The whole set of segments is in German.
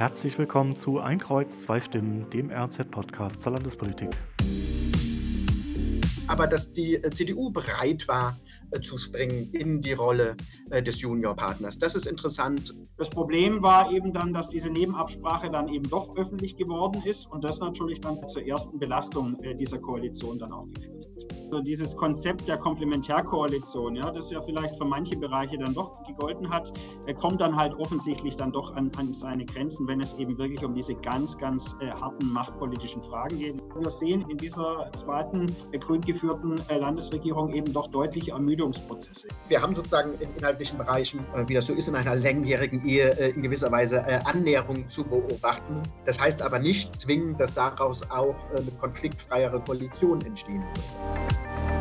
Herzlich willkommen zu Ein Kreuz, zwei Stimmen, dem RNZ-Podcast zur Landespolitik. Aber dass die CDU bereit war, zu springen in die Rolle des Juniorpartners. Das ist interessant. Das Problem war eben dann, dass diese Nebenabsprache dann eben doch öffentlich geworden ist und das natürlich dann zur ersten Belastung dieser Koalition dann auch geführt hat. Also dieses Konzept der Komplementärkoalition, ja, das ja vielleicht für manche Bereiche dann doch gegolten hat, kommt dann halt offensichtlich dann doch an seine Grenzen, wenn es eben wirklich um diese ganz harten machtpolitischen Fragen geht. Wir sehen in dieser zweiten grün geführten Landesregierung eben doch deutliche Ermüdungsprozesse. Wir haben sozusagen in inhaltlichen Bereichen, wie das so ist in einer langjährigen Ehe, in gewisser Weise Annäherung zu beobachten. Das heißt aber nicht zwingend, dass daraus auch eine konfliktfreiere Koalition entstehen wird.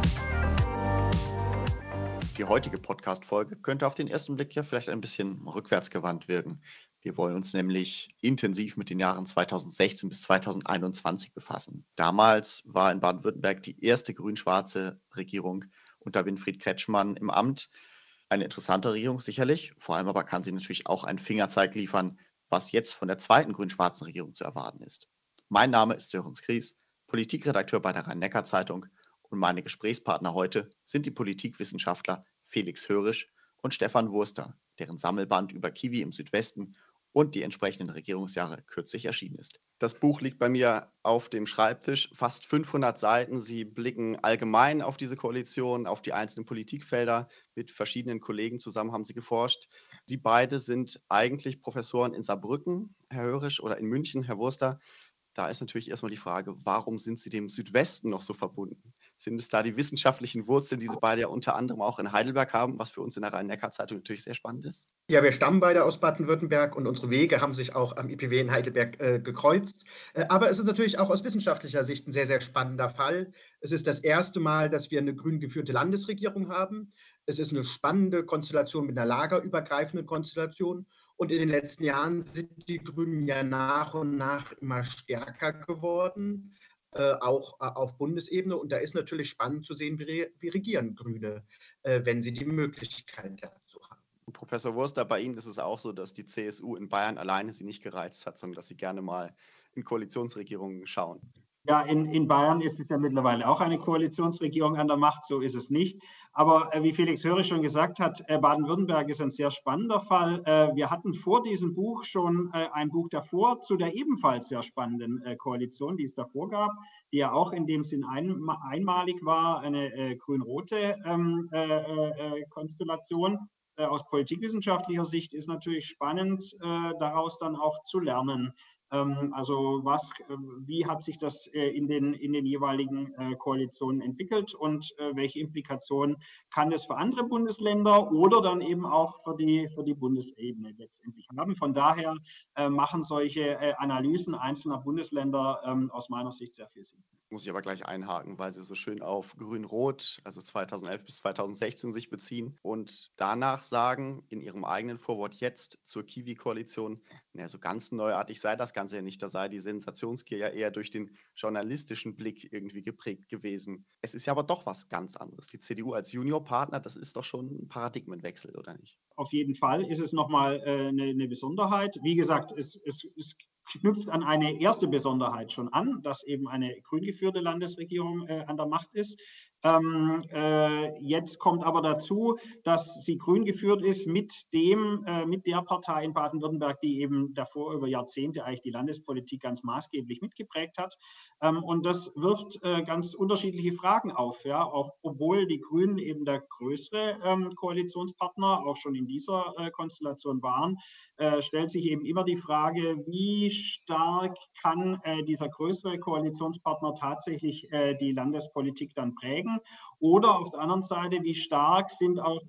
Die heutige Podcast-Folge könnte auf den ersten Blick ja vielleicht ein bisschen rückwärtsgewandt wirken. Wir wollen uns nämlich intensiv mit den Jahren 2016 bis 2021 befassen. Damals war in Baden-Württemberg die erste grün-schwarze Regierung unter Winfried Kretschmann im Amt. Eine interessante Regierung sicherlich, vor allem aber kann sie natürlich auch einen Fingerzeig liefern, was jetzt von der zweiten grün-schwarzen Regierung zu erwarten ist. Mein Name ist Sören Skries, Politikredakteur bei der Rhein-Neckar-Zeitung und meine Gesprächspartner heute sind die Politikwissenschaftler Felix Hörisch und Stefan Wurster, deren Sammelband über Kiwi im Südwesten und die entsprechenden Regierungsjahre kürzlich erschienen ist. Das Buch liegt bei mir auf dem Schreibtisch, fast 500 Seiten. Sie blicken allgemein auf diese Koalition, auf die einzelnen Politikfelder. Mit verschiedenen Kollegen zusammen haben Sie geforscht. Sie beide sind eigentlich Professoren in Saarbrücken, Herr Hörisch, oder in München, Herr Wurster. Da ist natürlich erstmal die Frage, warum sind Sie dem Südwesten noch so verbunden? Sind es da die wissenschaftlichen Wurzeln, die Sie beide ja unter anderem auch in Heidelberg haben, was für uns in der Rhein-Neckar-Zeitung natürlich sehr spannend ist? Ja, wir stammen beide aus Baden-Württemberg und unsere Wege haben sich auch am IPW in Heidelberg gekreuzt. Aber es ist natürlich auch aus wissenschaftlicher Sicht ein sehr, sehr spannender Fall. Es ist das erste Mal, dass wir eine grün geführte Landesregierung haben. Es ist eine spannende Konstellation mit einer lagerübergreifenden Konstellation. Und in den letzten Jahren sind die Grünen ja nach und nach immer stärker geworden, auch auf Bundesebene. Und da ist natürlich spannend zu sehen, wie regieren Grüne, wenn sie die Möglichkeit dazu haben. Professor Wurster, bei Ihnen ist es auch so, dass die CSU in Bayern alleine Sie nicht gereizt hat, sondern dass Sie gerne mal in Koalitionsregierungen schauen. Ja, in Bayern ist es ja mittlerweile auch eine Koalitionsregierung an der Macht, so ist es nicht. Aber wie Felix Hörisch schon gesagt hat, Baden-Württemberg ist ein sehr spannender Fall. Wir hatten vor diesem Buch schon ein Buch davor zu der ebenfalls sehr spannenden Koalition, die es davor gab, die ja auch in dem Sinn einmalig war, eine grün-rote Konstellation. Aus politikwissenschaftlicher Sicht ist natürlich spannend, daraus dann auch zu lernen. Also wie hat sich das in den jeweiligen Koalitionen entwickelt und welche Implikationen kann es für andere Bundesländer oder dann eben auch für die Bundesebene letztendlich haben? Von daher machen solche Analysen einzelner Bundesländer aus meiner Sicht sehr viel Sinn. Muss ich aber gleich einhaken, weil Sie so schön auf Grün-Rot, also 2011 bis 2016 sich beziehen und danach sagen, in Ihrem eigenen Vorwort jetzt zur Kiwi-Koalition, so ganz neuartig sei das Ganze ja nicht, da sei die Sensationsgier ja eher durch den journalistischen Blick irgendwie geprägt gewesen. Es ist ja aber doch was ganz anderes. Die CDU als Juniorpartner, das ist doch schon ein Paradigmenwechsel, oder nicht? Auf jeden Fall ist es nochmal eine Besonderheit. Wie gesagt, es knüpft an eine erste Besonderheit schon an, dass eben eine grün geführte Landesregierung an der Macht ist. Jetzt kommt aber dazu, dass sie grün geführt ist mit der Partei in Baden-Württemberg, die eben davor über Jahrzehnte eigentlich die Landespolitik ganz maßgeblich mitgeprägt hat. Und das wirft ganz unterschiedliche Fragen auf. Ja? Auch obwohl die Grünen eben der größere Koalitionspartner auch schon in dieser Konstellation waren, stellt sich eben immer die Frage, wie stark kann dieser größere Koalitionspartner tatsächlich die Landespolitik dann prägen? Oder auf der anderen Seite, wie stark sind auch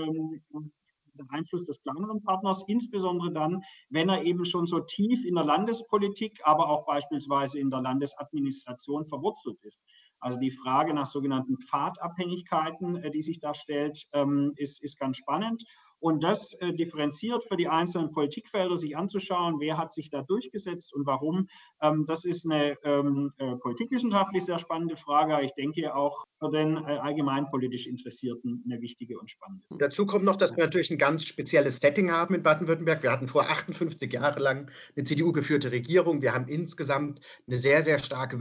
der Einfluss des kleineren Partners, insbesondere dann, wenn er eben schon so tief in der Landespolitik, aber auch beispielsweise in der Landesadministration verwurzelt ist. Also die Frage nach sogenannten Pfadabhängigkeiten, die sich da stellt, ist ganz spannend. Und das differenziert für die einzelnen Politikfelder sich anzuschauen, wer hat sich da durchgesetzt und warum. Das ist eine politikwissenschaftlich sehr spannende Frage. Ich denke auch für den allgemeinpolitisch Interessierten eine wichtige und spannende. Dazu kommt noch, dass wir natürlich ein ganz spezielles Setting haben in Baden-Württemberg. Wir hatten vor 58 Jahre lang eine CDU-geführte Regierung. Wir haben insgesamt eine sehr, sehr starke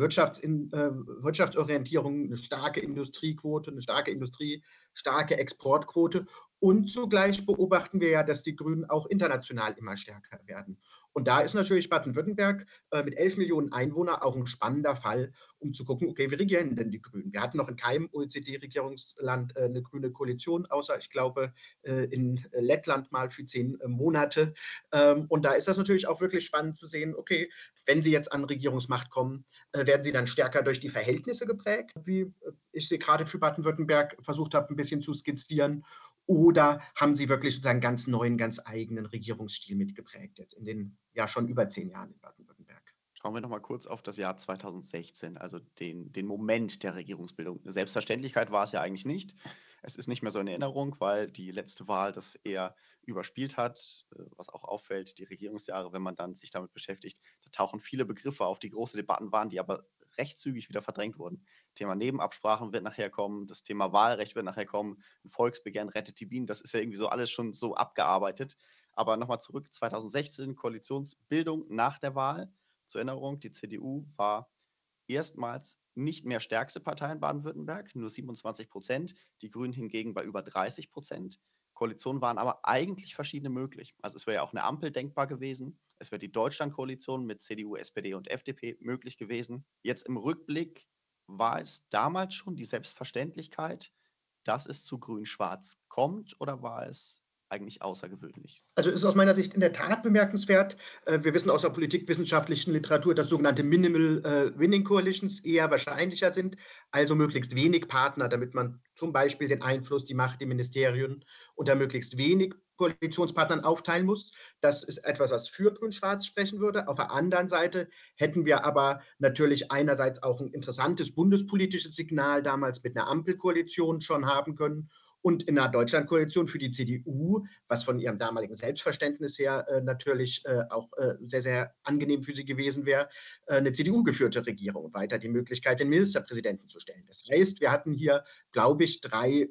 Wirtschaftsorientierung, eine starke Industriequote, eine starke Industrie, starke Exportquote. Und zugleich beobachten wir ja, dass die Grünen auch international immer stärker werden. Und da ist natürlich Baden-Württemberg mit 11 Millionen Einwohnern auch ein spannender Fall, um zu gucken, okay, wie regieren denn die Grünen? Wir hatten noch in keinem OECD-Regierungsland eine grüne Koalition, außer ich glaube in Lettland mal für 10 Monate. Und da ist das natürlich auch wirklich spannend zu sehen, okay, wenn sie jetzt an Regierungsmacht kommen, werden sie dann stärker durch die Verhältnisse geprägt, wie ich sie gerade für Baden-Württemberg versucht habe, ein bisschen zu skizzieren, oder haben sie wirklich sozusagen ganz neuen, ganz eigenen Regierungsstil mitgeprägt, jetzt in den ja schon über 10 Jahren in Baden-Württemberg? Schauen wir noch mal kurz auf das Jahr 2016, also den Moment der Regierungsbildung. Eine Selbstverständlichkeit war es ja eigentlich nicht. Es ist nicht mehr so in Erinnerung, weil die letzte Wahl das eher überspielt hat, was auch auffällt, die Regierungsjahre, wenn man dann sich damit beschäftigt, da tauchen viele Begriffe auf, die große Debatten waren, die aber recht zügig wieder verdrängt wurden. Thema Nebenabsprachen wird nachher kommen, das Thema Wahlrecht wird nachher kommen, ein Volksbegehren rettet die Bienen, das ist ja irgendwie so alles schon so abgearbeitet. Aber nochmal zurück, 2016, Koalitionsbildung nach der Wahl. Zur Erinnerung, die CDU war erstmals nicht mehr stärkste Partei in Baden-Württemberg, nur 27%, die Grünen hingegen bei über 30%. Koalitionen waren aber eigentlich verschiedene möglich. Also es wäre ja auch eine Ampel denkbar gewesen. Es wäre die Deutschlandkoalition mit CDU, SPD und FDP möglich gewesen. Jetzt im Rückblick war es damals schon die Selbstverständlichkeit, dass es zu Grün-Schwarz kommt, oder war es eigentlich außergewöhnlich? Also ist aus meiner Sicht in der Tat bemerkenswert. Wir wissen aus der politikwissenschaftlichen Literatur, dass sogenannte Minimal Winning Coalitions eher wahrscheinlicher sind, also möglichst wenig Partner, damit man zum Beispiel den Einfluss, die Macht, die Ministerien unter möglichst wenig Koalitionspartnern aufteilen muss. Das ist etwas, was für Grün-Schwarz sprechen würde. Auf der anderen Seite hätten wir aber natürlich einerseits auch ein interessantes bundespolitisches Signal damals mit einer Ampelkoalition schon haben können. Und in einer Deutschlandkoalition für die CDU, was von ihrem damaligen Selbstverständnis her natürlich auch sehr, sehr angenehm für sie gewesen wäre, eine CDU-geführte Regierung und weiter die Möglichkeit, den Ministerpräsidenten zu stellen. Das heißt, wir hatten hier, glaube ich, 3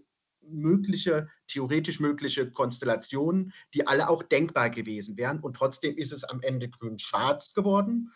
theoretisch mögliche Konstellationen, die alle auch denkbar gewesen wären. Und trotzdem ist es am Ende grün-schwarz geworden.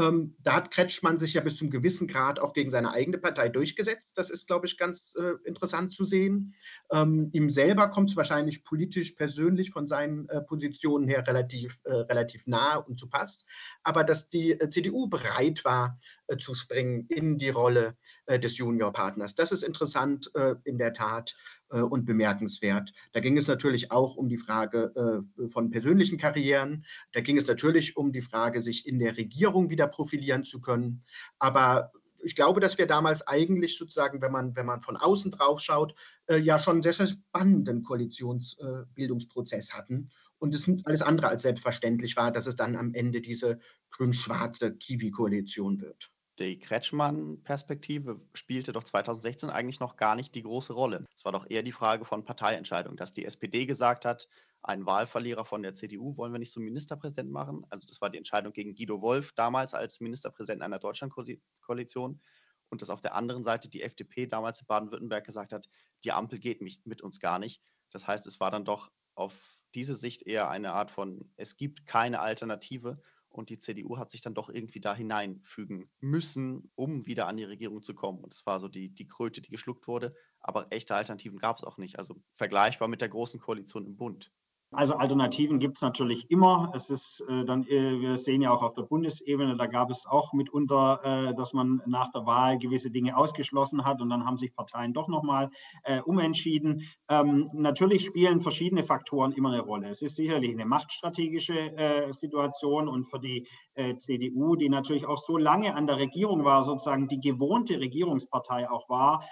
Da hat Kretschmann sich ja bis zum gewissen Grad auch gegen seine eigene Partei durchgesetzt. Das ist, glaube ich, ganz interessant zu sehen. Ihm selber kommt es wahrscheinlich politisch, persönlich von seinen Positionen her relativ nah und zu Pass. Aber dass die CDU bereit war, zu springen in die Rolle des Juniorpartners, das ist interessant in der Tat und bemerkenswert. Da ging es natürlich auch um die Frage von persönlichen Karrieren. Da ging es natürlich um die Frage, sich in der Regierung wieder profilieren zu können. Aber ich glaube, dass wir damals eigentlich sozusagen, wenn man von außen drauf schaut, ja schon einen sehr spannenden Koalitionsbildungsprozess hatten. Und es alles andere als selbstverständlich war, dass es dann am Ende diese grün-schwarze Kiwi-Koalition wird. Die Kretschmann-Perspektive spielte doch 2016 eigentlich noch gar nicht die große Rolle. Es war doch eher die Frage von Parteientscheidung, dass die SPD gesagt hat, einen Wahlverlierer von der CDU wollen wir nicht zum Ministerpräsidenten machen. Also das war die Entscheidung gegen Guido Wolf damals als Ministerpräsident einer Deutschlandkoalition. Und dass auf der anderen Seite die FDP damals in Baden-Württemberg gesagt hat, die Ampel geht mit uns gar nicht. Das heißt, es war dann doch auf diese Sicht eher eine Art von, es gibt keine Alternative. Und die CDU hat sich dann doch irgendwie da hineinfügen müssen, um wieder an die Regierung zu kommen. Und das war so die Kröte, die geschluckt wurde. Aber echte Alternativen gab es auch nicht. Also vergleichbar mit der Großen Koalition im Bund. Also Alternativen gibt es natürlich immer. Es ist dann, wir sehen ja auch auf der Bundesebene, da gab es auch mitunter, dass man nach der Wahl gewisse Dinge ausgeschlossen hat und dann haben sich Parteien doch nochmal umentschieden. Natürlich spielen verschiedene Faktoren immer eine Rolle. Es ist sicherlich eine machtstrategische Situation und für die CDU, die natürlich auch so lange an der Regierung war, sozusagen die gewohnte Regierungspartei auch war,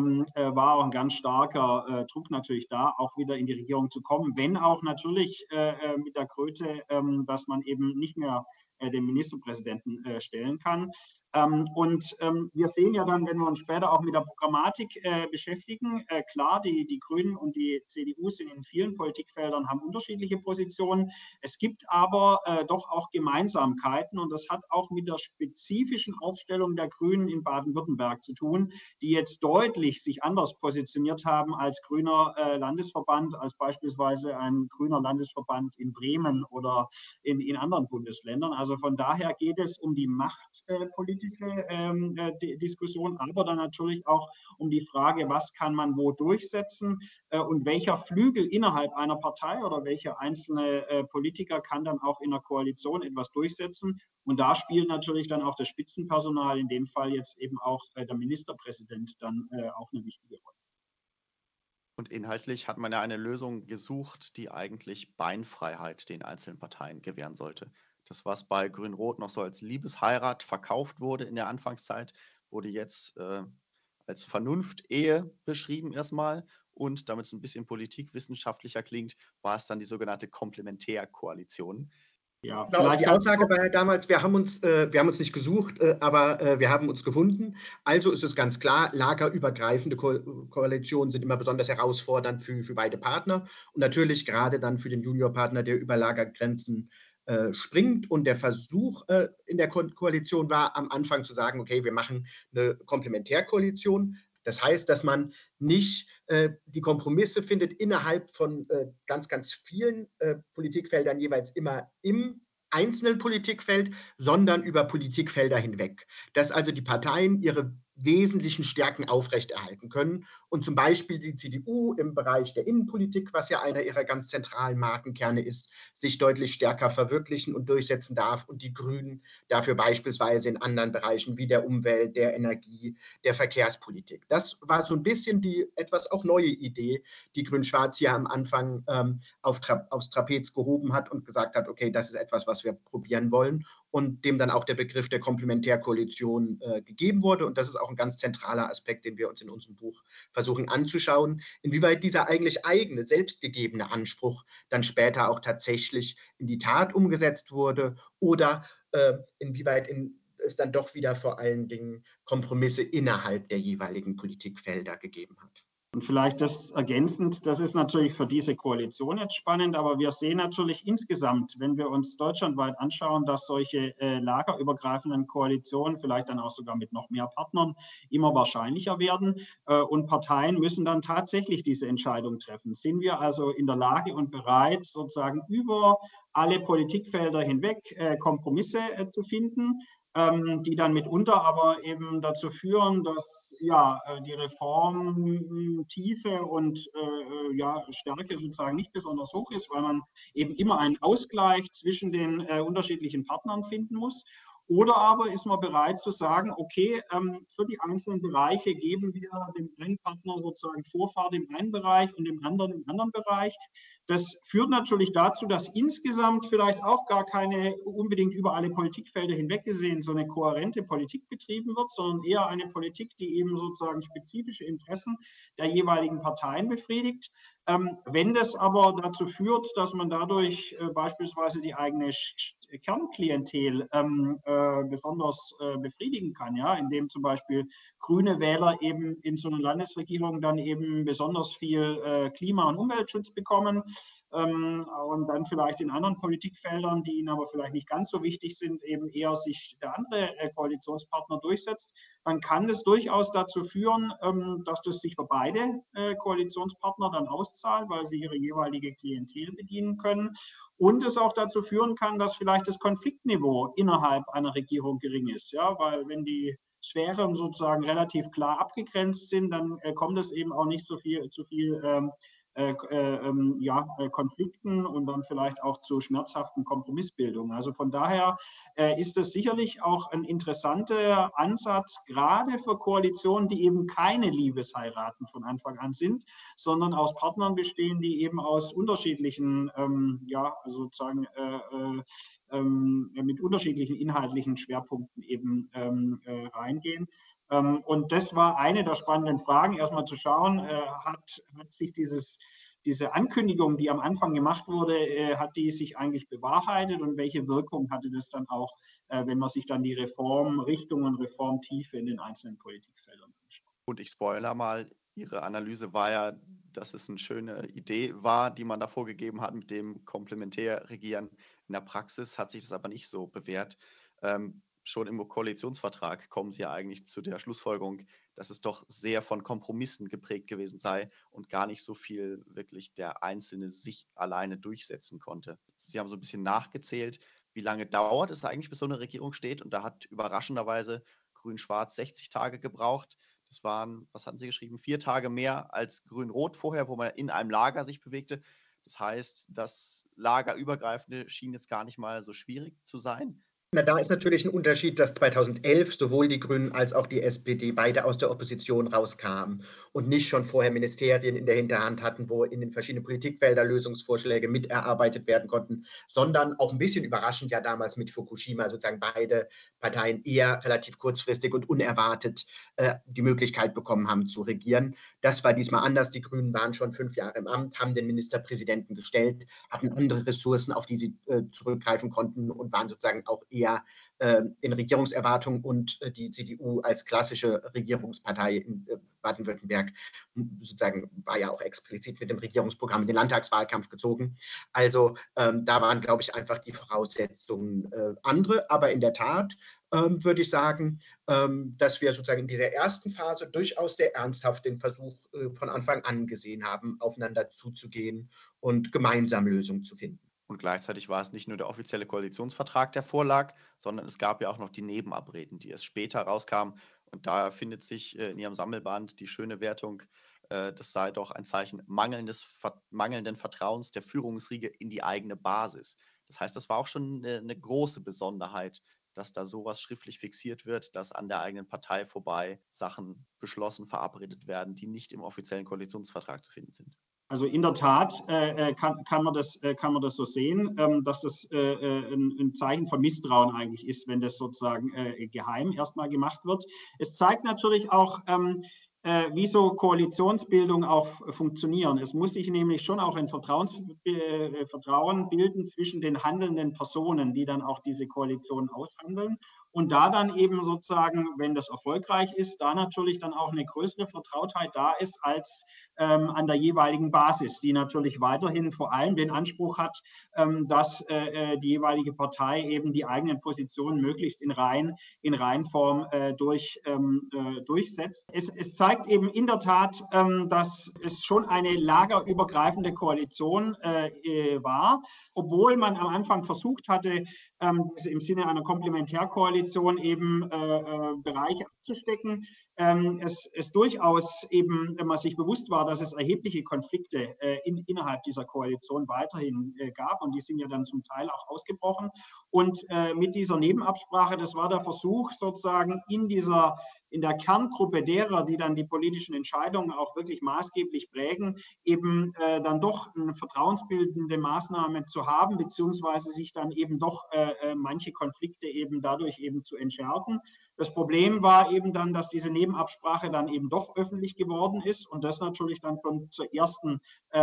war auch ein ganz starker Druck natürlich da, auch wieder in die Regierung zu kommen, wenn auch natürlich mit der Kröte, dass man eben nicht mehr den Ministerpräsidenten stellen kann. Wir sehen ja dann, wenn wir uns später auch mit der Programmatik beschäftigen, klar, die Grünen und die CDU sind in vielen Politikfeldern, haben unterschiedliche Positionen. Es gibt aber doch auch Gemeinsamkeiten und das hat auch mit der spezifischen Aufstellung der Grünen in Baden-Württemberg zu tun, die jetzt deutlich sich anders positioniert haben als grüner Landesverband, als beispielsweise ein grüner Landesverband in Bremen oder in anderen Bundesländern. Also von daher geht es um die machtpolitische Diskussion, aber dann natürlich auch um die Frage, was kann man wo durchsetzen und welcher Flügel innerhalb einer Partei oder welcher einzelne Politiker kann dann auch in der Koalition etwas durchsetzen. Und da spielt natürlich dann auch das Spitzenpersonal, in dem Fall jetzt eben auch der Ministerpräsident, dann auch eine wichtige Rolle. Und inhaltlich hat man ja eine Lösung gesucht, die eigentlich Beinfreiheit den einzelnen Parteien gewähren sollte. Das, was bei Grün-Rot noch so als Liebesheirat verkauft wurde in der Anfangszeit, wurde jetzt als Vernunft-Ehe beschrieben erstmal. Und damit es ein bisschen politikwissenschaftlicher klingt, war es dann die sogenannte Komplementärkoalition. Ja, genau, die Aussage war ja damals, wir haben uns nicht gesucht, aber wir haben uns gefunden. Also ist es ganz klar, lagerübergreifende Koalitionen sind immer besonders herausfordernd für beide Partner und natürlich gerade dann für den Juniorpartner, der über Lagergrenzen springt. Und der Versuch in der Koalition war am Anfang zu sagen, okay, wir machen eine Komplementärkoalition. Das heißt, dass man nicht die Kompromisse findet innerhalb von ganz, ganz vielen Politikfeldern jeweils immer im einzelnen Politikfeld, sondern über Politikfelder hinweg. Dass also die Parteien ihre wesentlichen Stärken aufrechterhalten können und zum Beispiel die CDU im Bereich der Innenpolitik, was ja einer ihrer ganz zentralen Markenkerne ist, sich deutlich stärker verwirklichen und durchsetzen darf und die Grünen dafür beispielsweise in anderen Bereichen wie der Umwelt, der Energie, der Verkehrspolitik. Das war so ein bisschen die etwas auch neue Idee, die Grün-Schwarz hier am Anfang aufs Trapez gehoben hat und gesagt hat, okay, das ist etwas, was wir probieren wollen und dem dann auch der Begriff der Komplementärkoalition gegeben wurde. Und das ist auch ein ganz zentraler Aspekt, den wir uns in unserem Buch versuchen anzuschauen, inwieweit dieser eigentlich eigene, selbstgegebene Anspruch dann später auch tatsächlich in die Tat umgesetzt wurde oder inwieweit es dann doch wieder vor allen Dingen Kompromisse innerhalb der jeweiligen Politikfelder gegeben hat. Und vielleicht das ergänzend, das ist natürlich für diese Koalition jetzt spannend, aber wir sehen natürlich insgesamt, wenn wir uns deutschlandweit anschauen, dass solche lagerübergreifenden Koalitionen, vielleicht dann auch sogar mit noch mehr Partnern, immer wahrscheinlicher werden. Und Parteien müssen dann tatsächlich diese Entscheidung treffen. Sind wir also in der Lage und bereit, sozusagen über alle Politikfelder hinweg Kompromisse zu finden, die dann mitunter aber eben dazu führen, dass die Reformtiefe und Stärke sozusagen nicht besonders hoch ist, weil man eben immer einen Ausgleich zwischen den unterschiedlichen Partnern finden muss. Oder aber ist man bereit zu sagen, okay, für die einzelnen Bereiche geben wir dem einen Partner sozusagen Vorfahrt im einen Bereich und dem anderen im anderen Bereich. Das führt natürlich dazu, dass insgesamt vielleicht auch gar keine unbedingt über alle Politikfelder hinweg gesehen so eine kohärente Politik betrieben wird, sondern eher eine Politik, die eben sozusagen spezifische Interessen der jeweiligen Parteien befriedigt. Wenn das aber dazu führt, dass man dadurch beispielsweise die eigene Kernklientel besonders befriedigen kann, ja, indem zum Beispiel grüne Wähler eben in so einer Landesregierung dann eben besonders viel Klima- und Umweltschutz bekommen und dann vielleicht in anderen Politikfeldern, die ihnen aber vielleicht nicht ganz so wichtig sind, eben eher sich der andere Koalitionspartner durchsetzt, dann kann das durchaus dazu führen, dass das sich für beide Koalitionspartner dann auszahlt, weil sie ihre jeweilige Klientel bedienen können und es auch dazu führen kann, dass vielleicht das Konfliktniveau innerhalb einer Regierung gering ist, ja, weil wenn die Sphären sozusagen relativ klar abgegrenzt sind, dann kommt es eben auch nicht zu viel Konflikten und dann vielleicht auch zu schmerzhaften Kompromissbildungen. Also von daher ist das sicherlich auch ein interessanter Ansatz, gerade für Koalitionen, die eben keine Liebesheiraten von Anfang an sind, sondern aus Partnern bestehen, die eben aus unterschiedlichen, sozusagen mit unterschiedlichen inhaltlichen Schwerpunkten eben reingehen. Und das war eine der spannenden Fragen, erstmal zu schauen, hat sich dieses diese Ankündigung, die am Anfang gemacht wurde, hat die sich eigentlich bewahrheitet und welche Wirkung hatte das dann auch, wenn man sich dann die Reformrichtung und Reformtiefe in den einzelnen Politikfeldern anschaut? Und ich spoilere mal, Ihre Analyse war ja, dass es eine schöne Idee war, die man da vorgegeben hat mit dem Komplementärregieren. In der Praxis hat sich das aber nicht so bewährt. Schon im Koalitionsvertrag kommen Sie ja eigentlich zu der Schlussfolgerung, dass es doch sehr von Kompromissen geprägt gewesen sei und gar nicht so viel wirklich der Einzelne sich alleine durchsetzen konnte. Sie haben so ein bisschen nachgezählt, wie lange dauert es eigentlich, bis so eine Regierung steht. Und da hat überraschenderweise Grün-Schwarz 60 Tage gebraucht. Das waren, was hatten Sie geschrieben, 4 Tage mehr als Grün-Rot vorher, wo man in einem Lager sich bewegte. Das heißt, das Lagerübergreifende schien jetzt gar nicht mal so schwierig zu sein. Na, da ist natürlich ein Unterschied, dass 2011 sowohl die Grünen als auch die SPD beide aus der Opposition rauskamen und nicht schon vorher Ministerien in der Hinterhand hatten, wo in den verschiedenen Politikfeldern Lösungsvorschläge miterarbeitet werden konnten, sondern auch ein bisschen überraschend ja damals mit Fukushima sozusagen beide Parteien eher relativ kurzfristig und unerwartet die Möglichkeit bekommen haben zu regieren. Das war diesmal anders. Die Grünen waren schon 5 Jahre im Amt, haben den Ministerpräsidenten gestellt, hatten andere Ressourcen, auf die sie zurückgreifen konnten und waren sozusagen auch eher in Regierungserwartung und die CDU als klassische Regierungspartei in Baden-Württemberg sozusagen war ja auch explizit mit dem Regierungsprogramm in den Landtagswahlkampf gezogen. Also da waren, glaube ich, einfach die Voraussetzungen andere. Aber in der Tat würde ich sagen, dass wir sozusagen in dieser ersten Phase durchaus sehr ernsthaft den Versuch von Anfang an gesehen haben, aufeinander zuzugehen und gemeinsam Lösungen zu finden. Und gleichzeitig war es nicht nur der offizielle Koalitionsvertrag, der vorlag, sondern es gab ja auch noch die Nebenabreden, die erst später rauskamen. Und da findet sich in Ihrem Sammelband die schöne Wertung, das sei doch ein Zeichen mangelnden Vertrauens der Führungsriege in die eigene Basis. Das heißt, das war auch schon eine große Besonderheit, dass da sowas schriftlich fixiert wird, dass an der eigenen Partei vorbei Sachen beschlossen, verabredet werden, die nicht im offiziellen Koalitionsvertrag zu finden sind. Also in der Tat kann man das so sehen, dass das ein Zeichen von Misstrauen eigentlich ist, wenn das sozusagen geheim erstmal gemacht wird. Es zeigt natürlich auch, wie so Koalitionsbildung auch funktionieren. Es muss sich nämlich schon auch ein Vertrauen bilden zwischen den handelnden Personen, die dann auch diese Koalition aushandeln. Und da dann eben sozusagen, wenn das erfolgreich ist, da natürlich dann auch eine größere Vertrautheit da ist als an der jeweiligen Basis, die natürlich weiterhin vor allem den Anspruch hat, dass die jeweilige Partei eben die eigenen Positionen möglichst in Reihenform durchsetzt. Es zeigt eben in der Tat, dass es schon eine lagerübergreifende Koalition war, obwohl man am Anfang versucht hatte, im Sinne einer Komplementärkoalition eben Bereiche abzustecken. Es durchaus eben, wenn man sich bewusst war, dass es erhebliche Konflikte innerhalb dieser Koalition weiterhin gab und die sind ja dann zum Teil auch ausgebrochen. Und mit dieser Nebenabsprache, das war der Versuch sozusagen in der Kerntruppe derer, die dann die politischen Entscheidungen auch wirklich maßgeblich prägen, eben dann doch eine vertrauensbildende Maßnahme zu haben, beziehungsweise sich dann eben doch manche Konflikte eben dadurch eben zu entschärfen. Das Problem war eben dann, dass diese Nebenabsprache dann eben doch öffentlich geworden ist und das natürlich dann zur ersten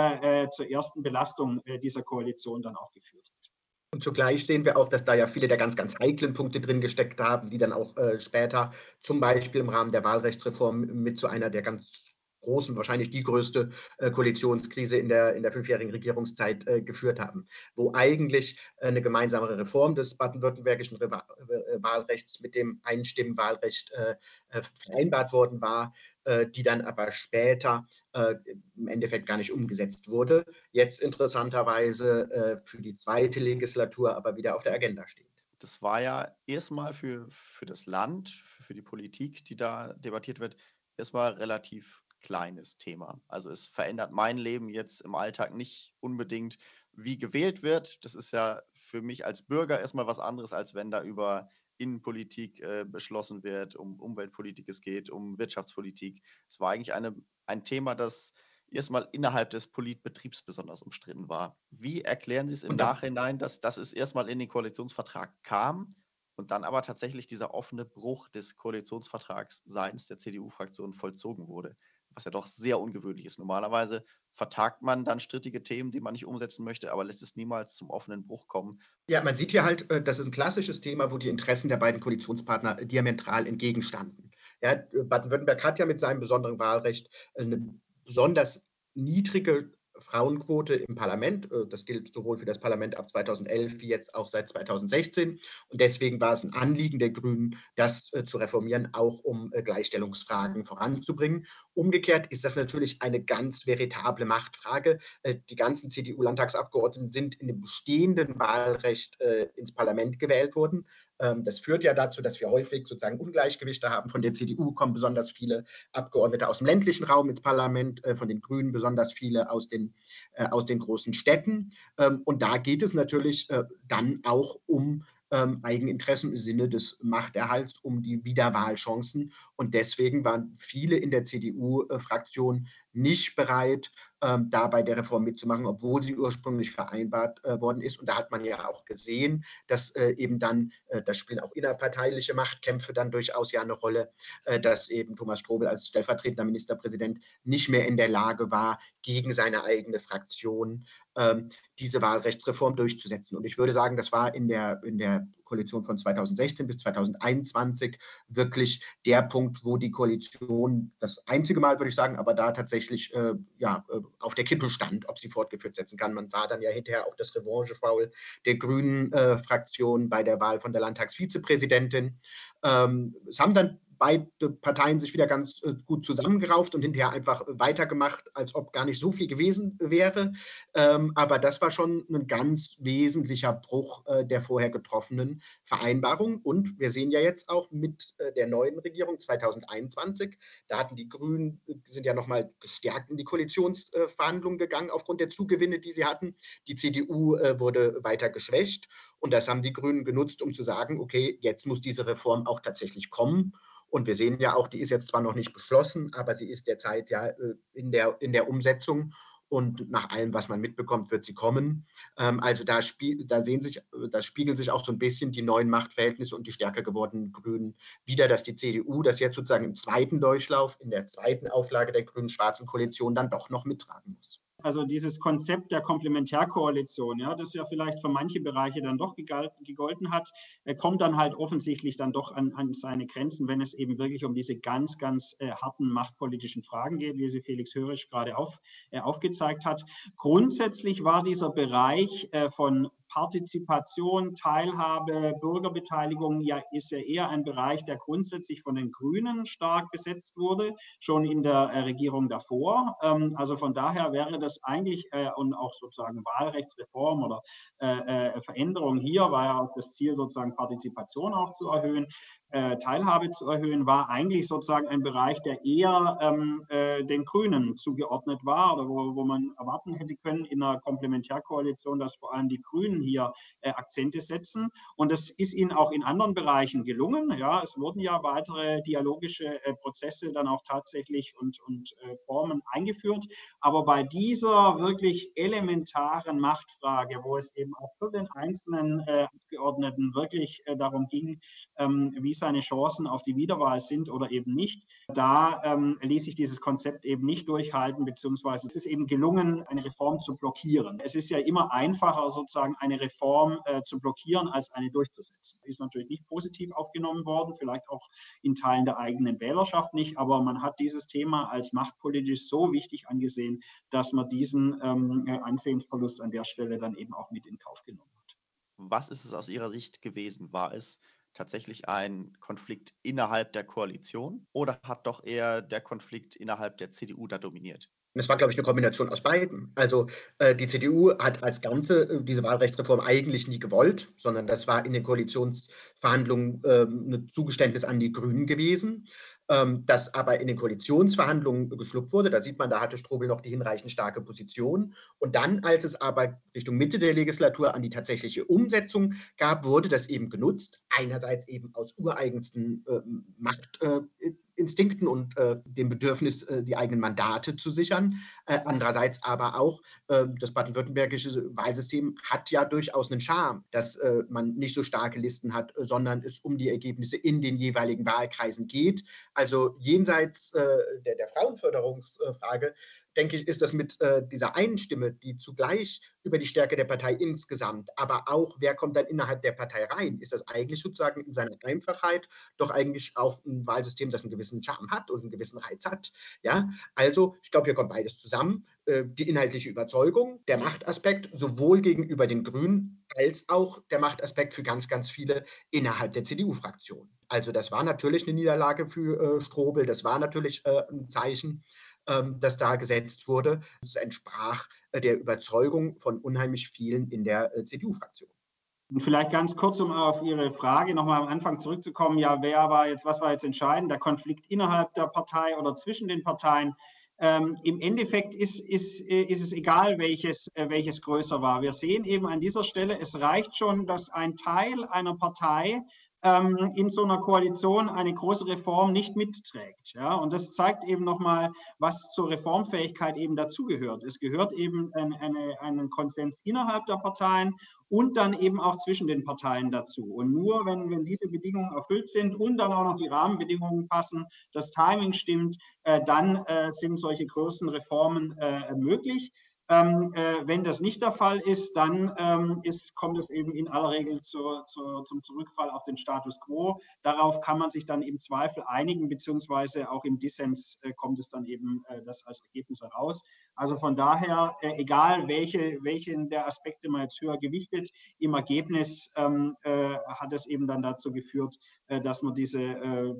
Belastung dieser Koalition dann auch geführt hat. Und zugleich sehen wir auch, dass da ja viele der ganz, ganz heiklen Punkte drin gesteckt haben, die dann auch später zum Beispiel im Rahmen der Wahlrechtsreform mit zu einer der ganz großen, wahrscheinlich die größte Koalitionskrise in der 5-jährigen Regierungszeit geführt haben, wo eigentlich eine gemeinsamere Reform des baden-württembergischen Wahlrechts mit dem Einstimmenwahlrecht vereinbart worden war, die dann aber später im Endeffekt gar nicht umgesetzt wurde, jetzt interessanterweise für die zweite Legislatur aber wieder auf der Agenda steht. Das war ja erstmal für das Land, für die Politik, die da debattiert wird, erstmal relativ kleines Thema. Also es verändert mein Leben jetzt im Alltag nicht unbedingt, wie gewählt wird. Das ist ja für mich als Bürger erstmal was anderes, als wenn da über Innenpolitik beschlossen wird, um Umweltpolitik es geht, um Wirtschaftspolitik. Es war eigentlich ein Thema, das erstmal innerhalb des Politbetriebs besonders umstritten war. Wie erklären Sie es im Nachhinein, dass es erstmal in den Koalitionsvertrag kam und dann aber tatsächlich dieser offene Bruch des Koalitionsvertrags seitens der CDU-Fraktion vollzogen wurde? Was ja doch sehr ungewöhnlich ist. Normalerweise vertagt man dann strittige Themen, die man nicht umsetzen möchte, aber lässt es niemals zum offenen Bruch kommen. Ja, man sieht hier halt, das ist ein klassisches Thema, wo die Interessen der beiden Koalitionspartner diametral entgegenstanden. Ja, Baden-Württemberg hat ja mit seinem besonderen Wahlrecht eine besonders niedrige Frauenquote im Parlament. Das gilt sowohl für das Parlament ab 2011 wie jetzt auch seit 2016. Und deswegen war es ein Anliegen der Grünen, das zu reformieren, auch um Gleichstellungsfragen voranzubringen. Umgekehrt ist das natürlich eine ganz veritable Machtfrage. Die ganzen CDU-Landtagsabgeordneten sind in dem bestehenden Wahlrecht ins Parlament gewählt worden. Das führt ja dazu, dass wir häufig sozusagen Ungleichgewichte haben. Von der CDU kommen besonders viele Abgeordnete aus dem ländlichen Raum ins Parlament, von den Grünen besonders viele aus den großen Städten. Und da geht es natürlich dann auch um Eigeninteressen im Sinne des Machterhalts, um die Wiederwahlchancen. Und deswegen waren viele in der CDU-Fraktion nicht bereit, da bei der Reform mitzumachen, obwohl sie ursprünglich vereinbart worden ist. Und da hat man ja auch gesehen, dass eben dann, da spielen auch innerparteiliche Machtkämpfe dann durchaus ja eine Rolle, dass eben Thomas Strobel als stellvertretender Ministerpräsident nicht mehr in der Lage war, gegen seine eigene Fraktion diese Wahlrechtsreform durchzusetzen. Und ich würde sagen, das war in der Koalition von 2016 bis 2021 wirklich der Punkt, wo die Koalition das einzige Mal, würde ich sagen, aber da tatsächlich auf der Kippe stand, ob sie fortgeführt setzen kann. Man war dann ja hinterher auch das Revanche-Foul der Grünen Fraktion bei der Wahl von der Landtagsvizepräsidentin. Es haben dann beide Parteien sich wieder ganz gut zusammengerauft und hinterher einfach weitergemacht, als ob gar nicht so viel gewesen wäre. Aber das war schon ein ganz wesentlicher Bruch der vorher getroffenen Vereinbarung. Und wir sehen ja jetzt auch mit der neuen Regierung 2021, da hatten die Grünen, sind ja nochmal gestärkt in die Koalitionsverhandlungen gegangen aufgrund der Zugewinne, die sie hatten. Die CDU wurde weiter geschwächt. Und das haben die Grünen genutzt, um zu sagen, okay, jetzt muss diese Reform auch tatsächlich kommen. Und wir sehen ja auch, die ist jetzt zwar noch nicht beschlossen, aber sie ist derzeit ja in der Umsetzung. Und nach allem, was man mitbekommt, wird sie kommen. Also da spiegeln sich auch so ein bisschen die neuen Machtverhältnisse und die stärker gewordenen Grünen wieder, dass die CDU das jetzt sozusagen im zweiten Durchlauf, in der zweiten Auflage der grün-schwarzen Koalition dann doch noch mittragen muss. Also dieses Konzept der Komplementärkoalition, ja, das ja vielleicht für manche Bereiche dann doch gegolten hat, kommt dann halt offensichtlich dann doch an seine Grenzen, wenn es eben wirklich um diese ganz, ganz harten machtpolitischen Fragen geht, wie sie Felix Hörisch gerade aufgezeigt hat. Grundsätzlich war dieser Bereich von Partizipation, Teilhabe, Bürgerbeteiligung ist ja eher ein Bereich, der grundsätzlich von den Grünen stark besetzt wurde, schon in der Regierung davor. Also von daher wäre das eigentlich und auch sozusagen Wahlrechtsreform oder Veränderung hier war ja auch das Ziel, sozusagen Partizipation auch zu erhöhen, Teilhabe zu erhöhen, war eigentlich sozusagen ein Bereich, der eher den Grünen zugeordnet war oder wo man erwarten hätte können in einer Komplementärkoalition, dass vor allem die Grünen hier Akzente setzen. Und das ist ihnen auch in anderen Bereichen gelungen. Ja, es wurden ja weitere dialogische Prozesse dann auch tatsächlich und Formen eingeführt. Aber bei dieser wirklich elementaren Machtfrage, wo es eben auch für den einzelnen Abgeordneten wirklich darum ging, wie seine Chancen auf die Wiederwahl sind oder eben nicht, da ließ sich dieses Konzept eben nicht durchhalten, beziehungsweise es ist eben gelungen, eine Reform zu blockieren. Es ist ja immer einfacher, sozusagen eine Reform zu blockieren, als eine durchzusetzen. Ist natürlich nicht positiv aufgenommen worden, vielleicht auch in Teilen der eigenen Wählerschaft nicht, aber man hat dieses Thema als machtpolitisch so wichtig angesehen, dass man diesen Ansehensverlust an der Stelle dann eben auch mit in Kauf genommen hat. Was ist es aus Ihrer Sicht gewesen? War es tatsächlich ein Konflikt innerhalb der Koalition oder hat doch eher der Konflikt innerhalb der CDU da dominiert? Es war, glaube ich, eine Kombination aus beiden. Also die CDU hat als Ganze diese Wahlrechtsreform eigentlich nie gewollt, sondern das war in den Koalitionsverhandlungen ein Zugeständnis an die Grünen gewesen, das aber in den Koalitionsverhandlungen geschluckt wurde. Da sieht man, da hatte Strobel noch die hinreichend starke Position. Und dann, als es aber Richtung Mitte der Legislatur an die tatsächliche Umsetzung gab, wurde das eben genutzt. Einerseits eben aus ureigensten Machtinstinkten und dem Bedürfnis, die eigenen Mandate zu sichern. Andererseits aber auch, das baden-württembergische Wahlsystem hat ja durchaus einen Charme, dass man nicht so starke Listen hat, sondern es um die Ergebnisse in den jeweiligen Wahlkreisen geht. Also jenseits der Frauenförderungsfrage, denke ich, ist das mit dieser einen Stimme, die zugleich über die Stärke der Partei insgesamt, aber auch, wer kommt dann innerhalb der Partei rein, ist das eigentlich sozusagen in seiner Einfachheit doch eigentlich auch ein Wahlsystem, das einen gewissen Charme hat und einen gewissen Reiz hat. Ja? Also, ich glaube, hier kommt beides zusammen. Die inhaltliche Überzeugung, der Machtaspekt, sowohl gegenüber den Grünen als auch der Machtaspekt für ganz, ganz viele innerhalb der CDU-Fraktion. Also das war natürlich eine Niederlage für Strobel, das war natürlich ein Zeichen, das da gesetzt wurde. Das entsprach der Überzeugung von unheimlich vielen in der CDU-Fraktion. Und vielleicht ganz kurz, um auf Ihre Frage nochmal am Anfang zurückzukommen, ja, was war jetzt entscheidend, der Konflikt innerhalb der Partei oder zwischen den Parteien? Im Endeffekt ist es egal, welches größer war. Wir sehen eben an dieser Stelle, es reicht schon, dass ein Teil einer Partei in so einer Koalition eine große Reform nicht mitträgt. Ja? Und das zeigt eben nochmal, was zur Reformfähigkeit eben dazugehört. Es gehört eben einen Konsens innerhalb der Parteien und dann eben auch zwischen den Parteien dazu. Und nur wenn diese Bedingungen erfüllt sind und dann auch noch die Rahmenbedingungen passen, das Timing stimmt, dann sind solche großen Reformen möglich. Wenn das nicht der Fall ist, dann kommt es eben in aller Regel zum Zurückfall auf den Status quo. Darauf kann man sich dann im Zweifel einigen, beziehungsweise auch im Dissens kommt es dann eben das als Ergebnis heraus. Also von daher, egal welchen der Aspekte man jetzt höher gewichtet, im Ergebnis hat es eben dann dazu geführt, dass man diese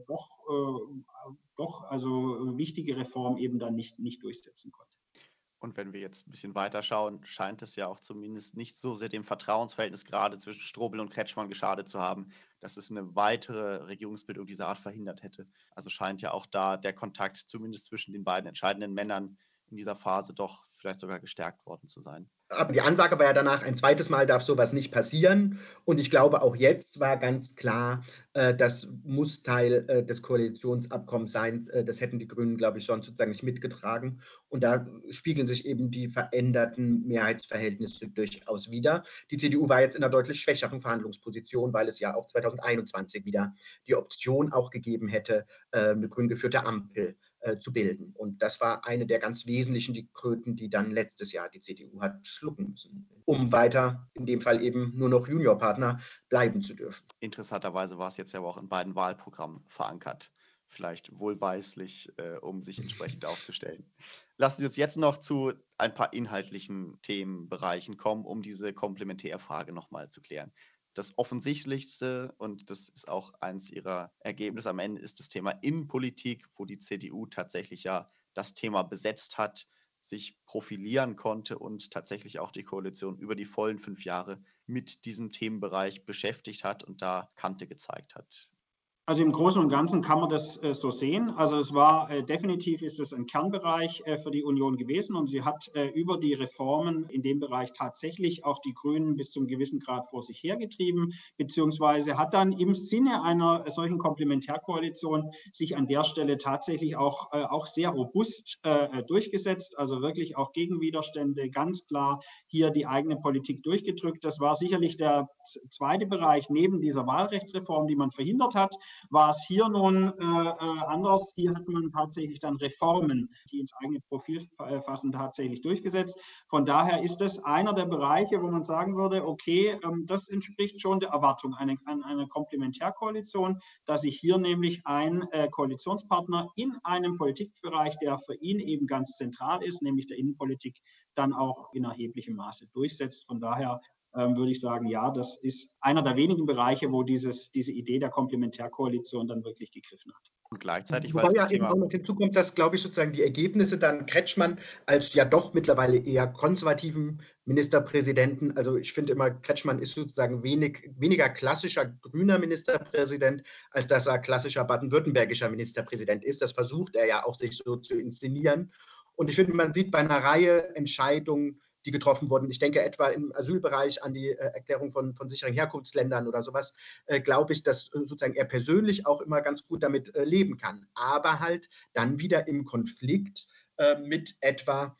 doch also wichtige Reform eben dann nicht durchsetzen konnte. Und wenn wir jetzt ein bisschen weiter schauen, scheint es ja auch zumindest nicht so sehr dem Vertrauensverhältnis gerade zwischen Strobel und Kretschmann geschadet zu haben, dass es eine weitere Regierungsbildung dieser Art verhindert hätte. Also scheint ja auch da der Kontakt zumindest zwischen den beiden entscheidenden Männern in dieser Phase doch vielleicht sogar gestärkt worden zu sein. Aber die Ansage war ja danach, ein zweites Mal darf sowas nicht passieren. Und ich glaube, auch jetzt war ganz klar, das muss Teil des Koalitionsabkommens sein. Das hätten die Grünen, glaube ich, sonst sozusagen nicht mitgetragen. Und da spiegeln sich eben die veränderten Mehrheitsverhältnisse durchaus wider. Die CDU war jetzt in einer deutlich schwächeren Verhandlungsposition, weil es ja auch 2021 wieder die Option auch gegeben hätte, eine grün geführte Ampel zu bilden. Und das war eine der ganz wesentlichen die Kröten, die dann letztes Jahr die CDU hat schlucken müssen, um weiter in dem Fall eben nur noch Juniorpartner bleiben zu dürfen. Interessanterweise war es jetzt ja auch in beiden Wahlprogrammen verankert. Vielleicht wohlweislich, um sich entsprechend aufzustellen. Lassen Sie uns jetzt noch zu ein paar inhaltlichen Themenbereichen kommen, um diese Komplementärfrage nochmal zu klären. Das Offensichtlichste, und das ist auch eines ihrer Ergebnisse am Ende, ist das Thema Innenpolitik, wo die CDU tatsächlich ja das Thema besetzt hat, sich profilieren konnte und tatsächlich auch die Koalition über die vollen 5 Jahre mit diesem Themenbereich beschäftigt hat und da Kante gezeigt hat. Also im Großen und Ganzen kann man das so sehen. Also es war definitiv ist es ein Kernbereich für die Union gewesen und sie hat über die Reformen in dem Bereich tatsächlich auch die Grünen bis zum gewissen Grad vor sich hergetrieben, beziehungsweise hat dann im Sinne einer solchen Komplementärkoalition sich an der Stelle tatsächlich auch sehr robust durchgesetzt, also wirklich auch gegen Widerstände ganz klar hier die eigene Politik durchgedrückt. Das war sicherlich der zweite Bereich neben dieser Wahlrechtsreform, die man verhindert hat. War es hier nun anders. Hier hat man tatsächlich dann Reformen, die ins eigene Profil fassen, tatsächlich durchgesetzt. Von daher ist das einer der Bereiche, wo man sagen würde, okay, das entspricht schon der Erwartung einer Komplementärkoalition, dass sich hier nämlich ein Koalitionspartner in einem Politikbereich, der für ihn eben ganz zentral ist, nämlich der Innenpolitik, dann auch in erheblichem Maße durchsetzt. Von daher würde ich sagen, ja, das ist einer der wenigen Bereiche, wo diese Idee der Komplementärkoalition dann wirklich gegriffen hat. Und gleichzeitig, weil das Thema auch noch hinzukommt, dass, glaube ich, sozusagen die Ergebnisse dann Kretschmann als ja doch mittlerweile eher konservativen Ministerpräsidenten, also ich finde immer, Kretschmann ist sozusagen weniger klassischer grüner Ministerpräsident, als dass er klassischer baden-württembergischer Ministerpräsident ist. Das versucht er ja auch, sich so zu inszenieren. Und ich finde, man sieht bei einer Reihe Entscheidungen, die getroffen wurden. Ich denke etwa im Asylbereich an die Erklärung von sicheren Herkunftsländern oder sowas, glaube ich, dass sozusagen er persönlich auch immer ganz gut damit leben kann. Aber halt dann wieder im Konflikt mit etwa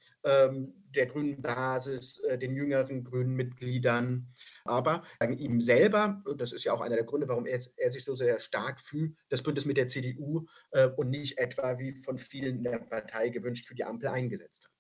der grünen Basis, den jüngeren grünen Mitgliedern. Aber ihm selber, das ist ja auch einer der Gründe, warum er sich so sehr stark für das Bündnis mit der CDU und nicht etwa wie von vielen in der Partei gewünscht für die Ampel eingesetzt hat.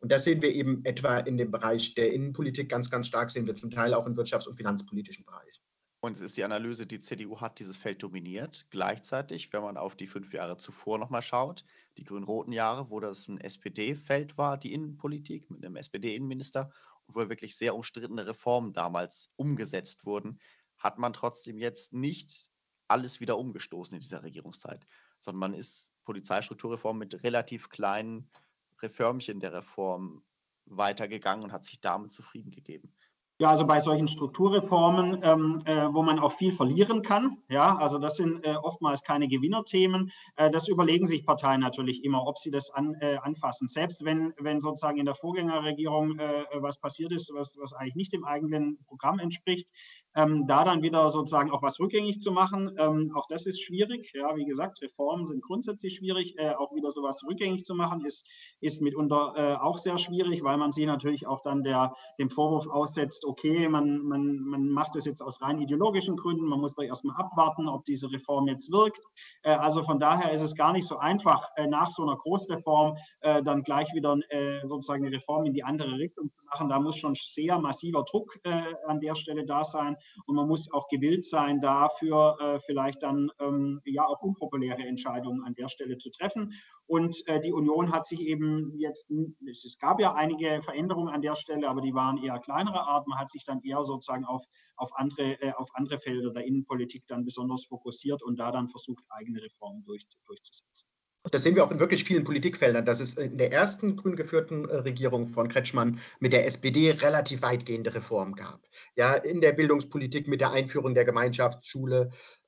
Und das sehen wir eben etwa in dem Bereich der Innenpolitik ganz, ganz stark, sehen wir zum Teil auch im wirtschafts- und finanzpolitischen Bereich. Und es ist die Analyse, die CDU hat dieses Feld dominiert. Gleichzeitig, wenn man auf die 5 Jahre zuvor nochmal schaut, die grün-roten Jahre, wo das ein SPD-Feld war, die Innenpolitik mit einem SPD-Innenminister, wo wirklich sehr umstrittene Reformen damals umgesetzt wurden, hat man trotzdem jetzt nicht alles wieder umgestoßen in dieser Regierungszeit, sondern man ist Polizeistrukturreform mit relativ kleinen Reformchen der Reform weitergegangen und hat sich damit zufrieden gegeben. Ja, also bei solchen Strukturreformen, wo man auch viel verlieren kann, ja, also das sind oftmals keine Gewinnerthemen. Das überlegen sich Parteien natürlich immer, ob sie das anfassen. Selbst wenn sozusagen in der Vorgängerregierung was passiert ist, was eigentlich nicht dem eigenen Programm entspricht, da dann wieder sozusagen auch was rückgängig zu machen, auch das ist schwierig. Ja, wie gesagt, Reformen sind grundsätzlich schwierig. Auch wieder sowas rückgängig zu machen, ist mitunter auch sehr schwierig, weil man sie natürlich auch dann dem Vorwurf aussetzt, okay, man macht das jetzt aus rein ideologischen Gründen, man muss doch erstmal abwarten, ob diese Reform jetzt wirkt. Also von daher ist es gar nicht so einfach, nach so einer Großreform dann gleich wieder sozusagen eine Reform in die andere Richtung zu machen. Da muss schon sehr massiver Druck an der Stelle da sein und man muss auch gewillt sein, dafür vielleicht dann ja auch unpopuläre Entscheidungen an der Stelle zu treffen. Und die Union hat sich eben jetzt, es gab ja einige Veränderungen an der Stelle, aber die waren eher kleinerer Art. Man hat sich dann eher sozusagen auf andere Felder der Innenpolitik dann besonders fokussiert und da dann versucht, eigene Reformen durchzusetzen. Das sehen wir auch in wirklich vielen Politikfeldern, dass es in der ersten grün geführten Regierung von Kretschmann mit der SPD relativ weitgehende Reformen gab. Ja, in der Bildungspolitik mit der Einführung der Gemeinschaftsschule,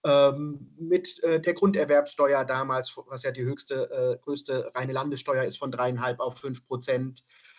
mit der Grunderwerbsteuer damals, was ja die größte reine Landessteuer ist, von 3,5 auf 5%.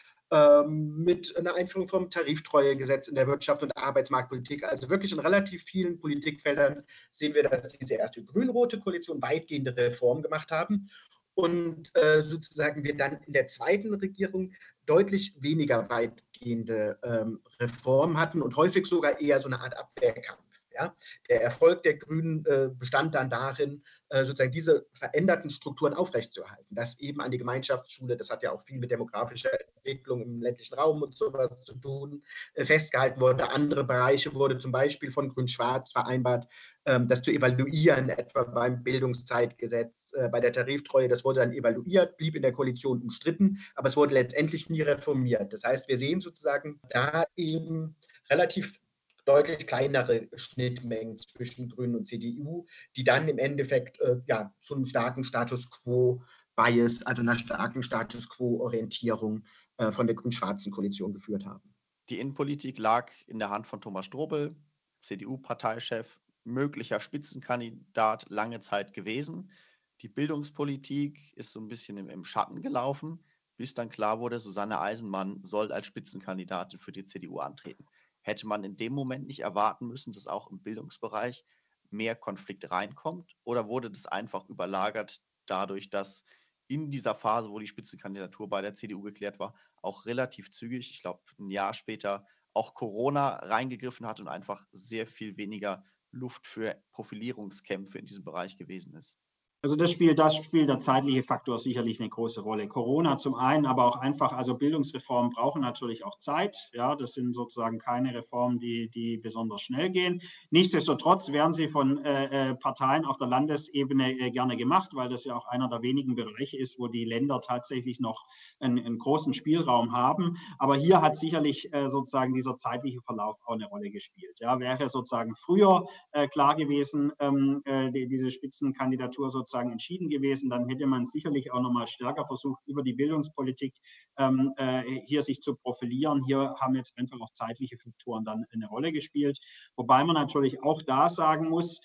Mit einer Einführung vom Tariftreuegesetz in der Wirtschaft und Arbeitsmarktpolitik. Also wirklich in relativ vielen Politikfeldern sehen wir, dass diese erste grün-rote Koalition weitgehende Reformen gemacht haben und sozusagen wir dann in der zweiten Regierung deutlich weniger weitgehende Reformen hatten und häufig sogar eher so eine Art Abwehrkampf. Ja? Der Erfolg der Grünen bestand dann darin, sozusagen diese veränderten Strukturen aufrechtzuerhalten. Das eben an die Gemeinschaftsschule, das hat ja auch viel mit demografischer Entwicklung im ländlichen Raum und sowas zu tun, festgehalten wurde. Andere Bereiche wurde zum Beispiel von Grün-Schwarz vereinbart, das zu evaluieren, etwa beim Bildungszeitgesetz, bei der Tariftreue. Das wurde dann evaluiert, blieb in der Koalition umstritten, aber es wurde letztendlich nie reformiert. Das heißt, wir sehen sozusagen da eben relativ deutlich kleinere Schnittmengen zwischen Grünen und CDU, die dann im Endeffekt ja, zu einem starken Status Quo-Bias, also einer starken Status Quo-Orientierung von der grün-schwarzen Koalition geführt haben. Die Innenpolitik lag in der Hand von Thomas Strobel, CDU-Parteichef, möglicher Spitzenkandidat lange Zeit gewesen. Die Bildungspolitik ist so ein bisschen im Schatten gelaufen, bis dann klar wurde, Susanne Eisenmann soll als Spitzenkandidatin für die CDU antreten. Hätte man in dem Moment nicht erwarten müssen, dass auch im Bildungsbereich mehr Konflikt reinkommt? Oder wurde das einfach überlagert dadurch, dass in dieser Phase, wo die Spitzenkandidatur bei der CDU geklärt war, auch relativ zügig, ich glaube ein Jahr später, auch Corona reingegriffen hat und einfach sehr viel weniger Luft für Profilierungskämpfe in diesem Bereich gewesen ist? Also das spielt der zeitliche Faktor sicherlich eine große Rolle. Corona zum einen, aber auch einfach, also Bildungsreformen brauchen natürlich auch Zeit. Ja, das sind sozusagen keine Reformen, die besonders schnell gehen. Nichtsdestotrotz werden sie von Parteien auf der Landesebene gerne gemacht, weil das ja auch einer der wenigen Bereiche ist, wo die Länder tatsächlich noch einen großen Spielraum haben. Aber hier hat sicherlich sozusagen dieser zeitliche Verlauf auch eine Rolle gespielt. Ja, wäre sozusagen früher klar gewesen, diese Spitzenkandidatur sozusagen entschieden gewesen, dann hätte man sicherlich auch noch mal stärker versucht, über die Bildungspolitik hier sich zu profilieren. Hier haben jetzt einfach auch zeitliche Faktoren dann eine Rolle gespielt. Wobei man natürlich auch da sagen muss,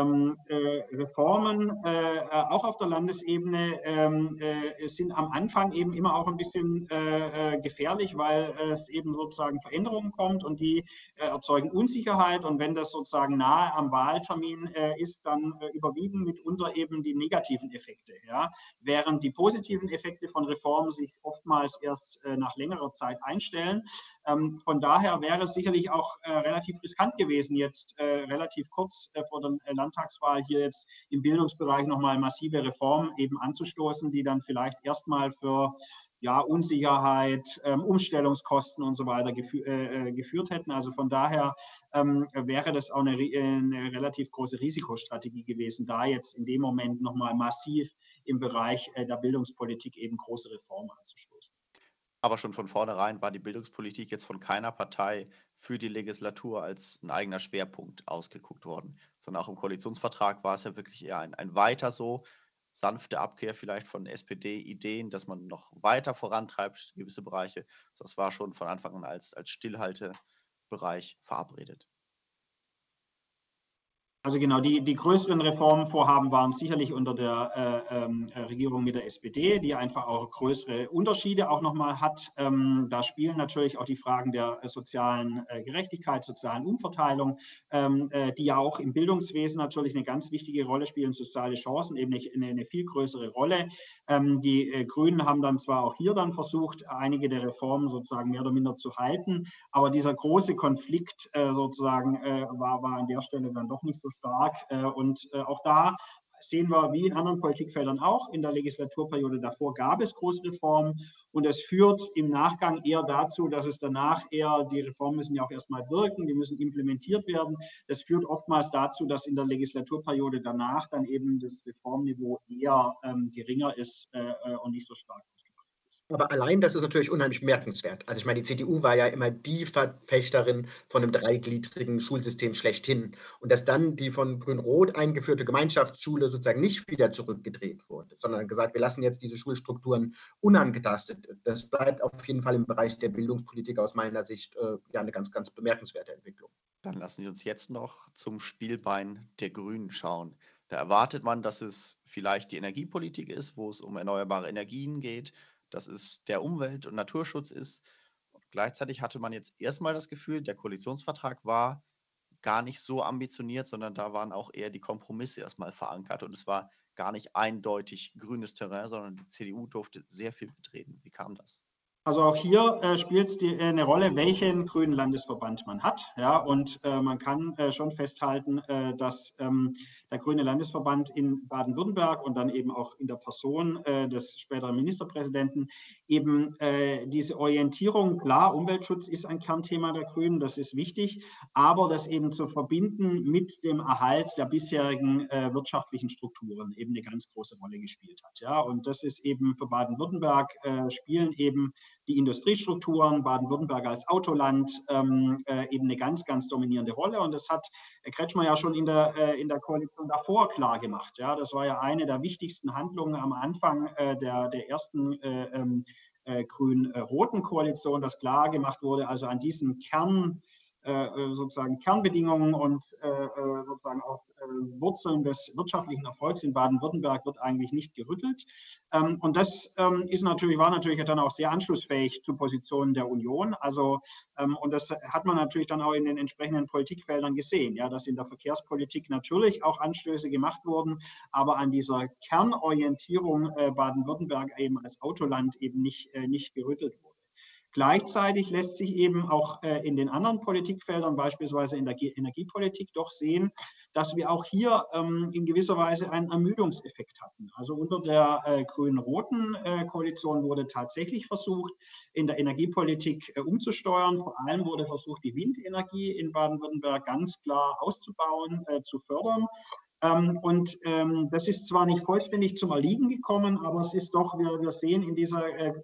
Reformen auch auf der Landesebene sind am Anfang eben immer auch ein bisschen gefährlich, weil es eben sozusagen Veränderungen kommt und die erzeugen Unsicherheit und wenn das sozusagen nahe am Wahltermin ist, dann überwiegen mitunter eben die negativen Effekte, ja? Während die positiven Effekte von Reformen sich oftmals erst nach längerer Zeit einstellen. Von daher wäre es sicherlich auch relativ riskant gewesen, jetzt relativ kurz vor der Landtagswahl hier jetzt im Bildungsbereich nochmal massive Reformen eben anzustoßen, die dann vielleicht erstmal für ja, Unsicherheit, Umstellungskosten und so weiter geführt hätten. Also von daher wäre das auch eine relativ große Risikostrategie gewesen, da jetzt in dem Moment nochmal massiv im Bereich der Bildungspolitik eben große Reformen anzustoßen. Aber schon von vornherein war die Bildungspolitik jetzt von keiner Partei für die Legislatur als ein eigener Schwerpunkt ausgeguckt worden, sondern auch im Koalitionsvertrag war es ja wirklich eher ein weiter so, sanfte Abkehr vielleicht von SPD-Ideen, dass man noch weiter vorantreibt, gewisse Bereiche. Das war schon von Anfang an als Stillhaltebereich verabredet. Also genau, die größeren Reformvorhaben waren sicherlich unter der Regierung mit der SPD, die einfach auch größere Unterschiede auch nochmal hat. Da spielen natürlich auch die Fragen der sozialen Gerechtigkeit, sozialen Umverteilung, die ja auch im Bildungswesen natürlich eine ganz wichtige Rolle spielen, soziale Chancen eben eine viel größere Rolle. Die Grünen haben dann zwar auch hier dann versucht, einige der Reformen sozusagen mehr oder minder zu halten, aber dieser große Konflikt sozusagen war an der Stelle dann doch nicht so stark. Und auch da sehen wir, wie in anderen Politikfeldern auch, in der Legislaturperiode davor gab es große Reformen und es führt im Nachgang eher dazu, dass es danach eher, die Reformen müssen ja auch erstmal wirken, die müssen implementiert werden. Das führt oftmals dazu, dass in der Legislaturperiode danach dann eben das Reformniveau eher geringer ist und nicht so stark ist. Aber allein das ist natürlich unheimlich bemerkenswert. Also ich meine, die CDU war ja immer die Verfechterin von einem dreigliedrigen Schulsystem schlechthin. Und dass dann die von Grün-Rot eingeführte Gemeinschaftsschule sozusagen nicht wieder zurückgedreht wurde, sondern gesagt, wir lassen jetzt diese Schulstrukturen unangetastet. Das bleibt auf jeden Fall im Bereich der Bildungspolitik aus meiner Sicht ja eine ganz, ganz bemerkenswerte Entwicklung. Dann lassen Sie uns jetzt noch zum Spielbein der Grünen schauen. Da erwartet man, dass es vielleicht die Energiepolitik ist, wo es um erneuerbare Energien geht, dass es der Umwelt- und Naturschutz ist. Und gleichzeitig hatte man jetzt erstmal das Gefühl, der Koalitionsvertrag war gar nicht so ambitioniert, sondern da waren auch eher die Kompromisse erstmal verankert und es war gar nicht eindeutig grünes Terrain, sondern die CDU durfte sehr viel mitreden. Wie kam das? Also auch hier spielt es eine Rolle, welchen grünen Landesverband man hat. Ja, und man kann schon festhalten, dass der grüne Landesverband in Baden-Württemberg und dann eben auch in der Person des späteren Ministerpräsidenten eben diese Orientierung, klar, Umweltschutz ist ein Kernthema der Grünen, das ist wichtig, aber das eben zu verbinden mit dem Erhalt der bisherigen wirtschaftlichen Strukturen eben eine ganz große Rolle gespielt hat. Ja, und das ist eben für Baden-Württemberg spielen eben die Industriestrukturen, Baden-Württemberg als Autoland eben eine ganz, ganz dominierende Rolle. Und das hat Kretschmer ja schon in der Koalition davor klar gemacht. Ja, das war ja eine der wichtigsten Handlungen am Anfang der ersten grün-roten Koalition, dass klar gemacht wurde, also an diesen sozusagen Kernbedingungen und sozusagen auch Wurzeln des wirtschaftlichen Erfolgs in Baden-Württemberg wird eigentlich nicht gerüttelt. Und das war natürlich dann auch sehr anschlussfähig zu Positionen der Union. Also, und das hat man natürlich dann auch in den entsprechenden Politikfeldern gesehen, ja, dass in der Verkehrspolitik natürlich auch Anstöße gemacht wurden, aber an dieser Kernorientierung Baden-Württemberg eben als Autoland eben nicht gerüttelt wurde. Gleichzeitig lässt sich eben auch in den anderen Politikfeldern, beispielsweise in der Energiepolitik, doch sehen, dass wir auch hier in gewisser Weise einen Ermüdungseffekt hatten. Also unter der grün-roten Koalition wurde tatsächlich versucht, in der Energiepolitik umzusteuern. Vor allem wurde versucht, die Windenergie in Baden-Württemberg ganz klar auszubauen, zu fördern. Das ist zwar nicht vollständig zum Erliegen gekommen, aber es ist doch, wir sehen in dieser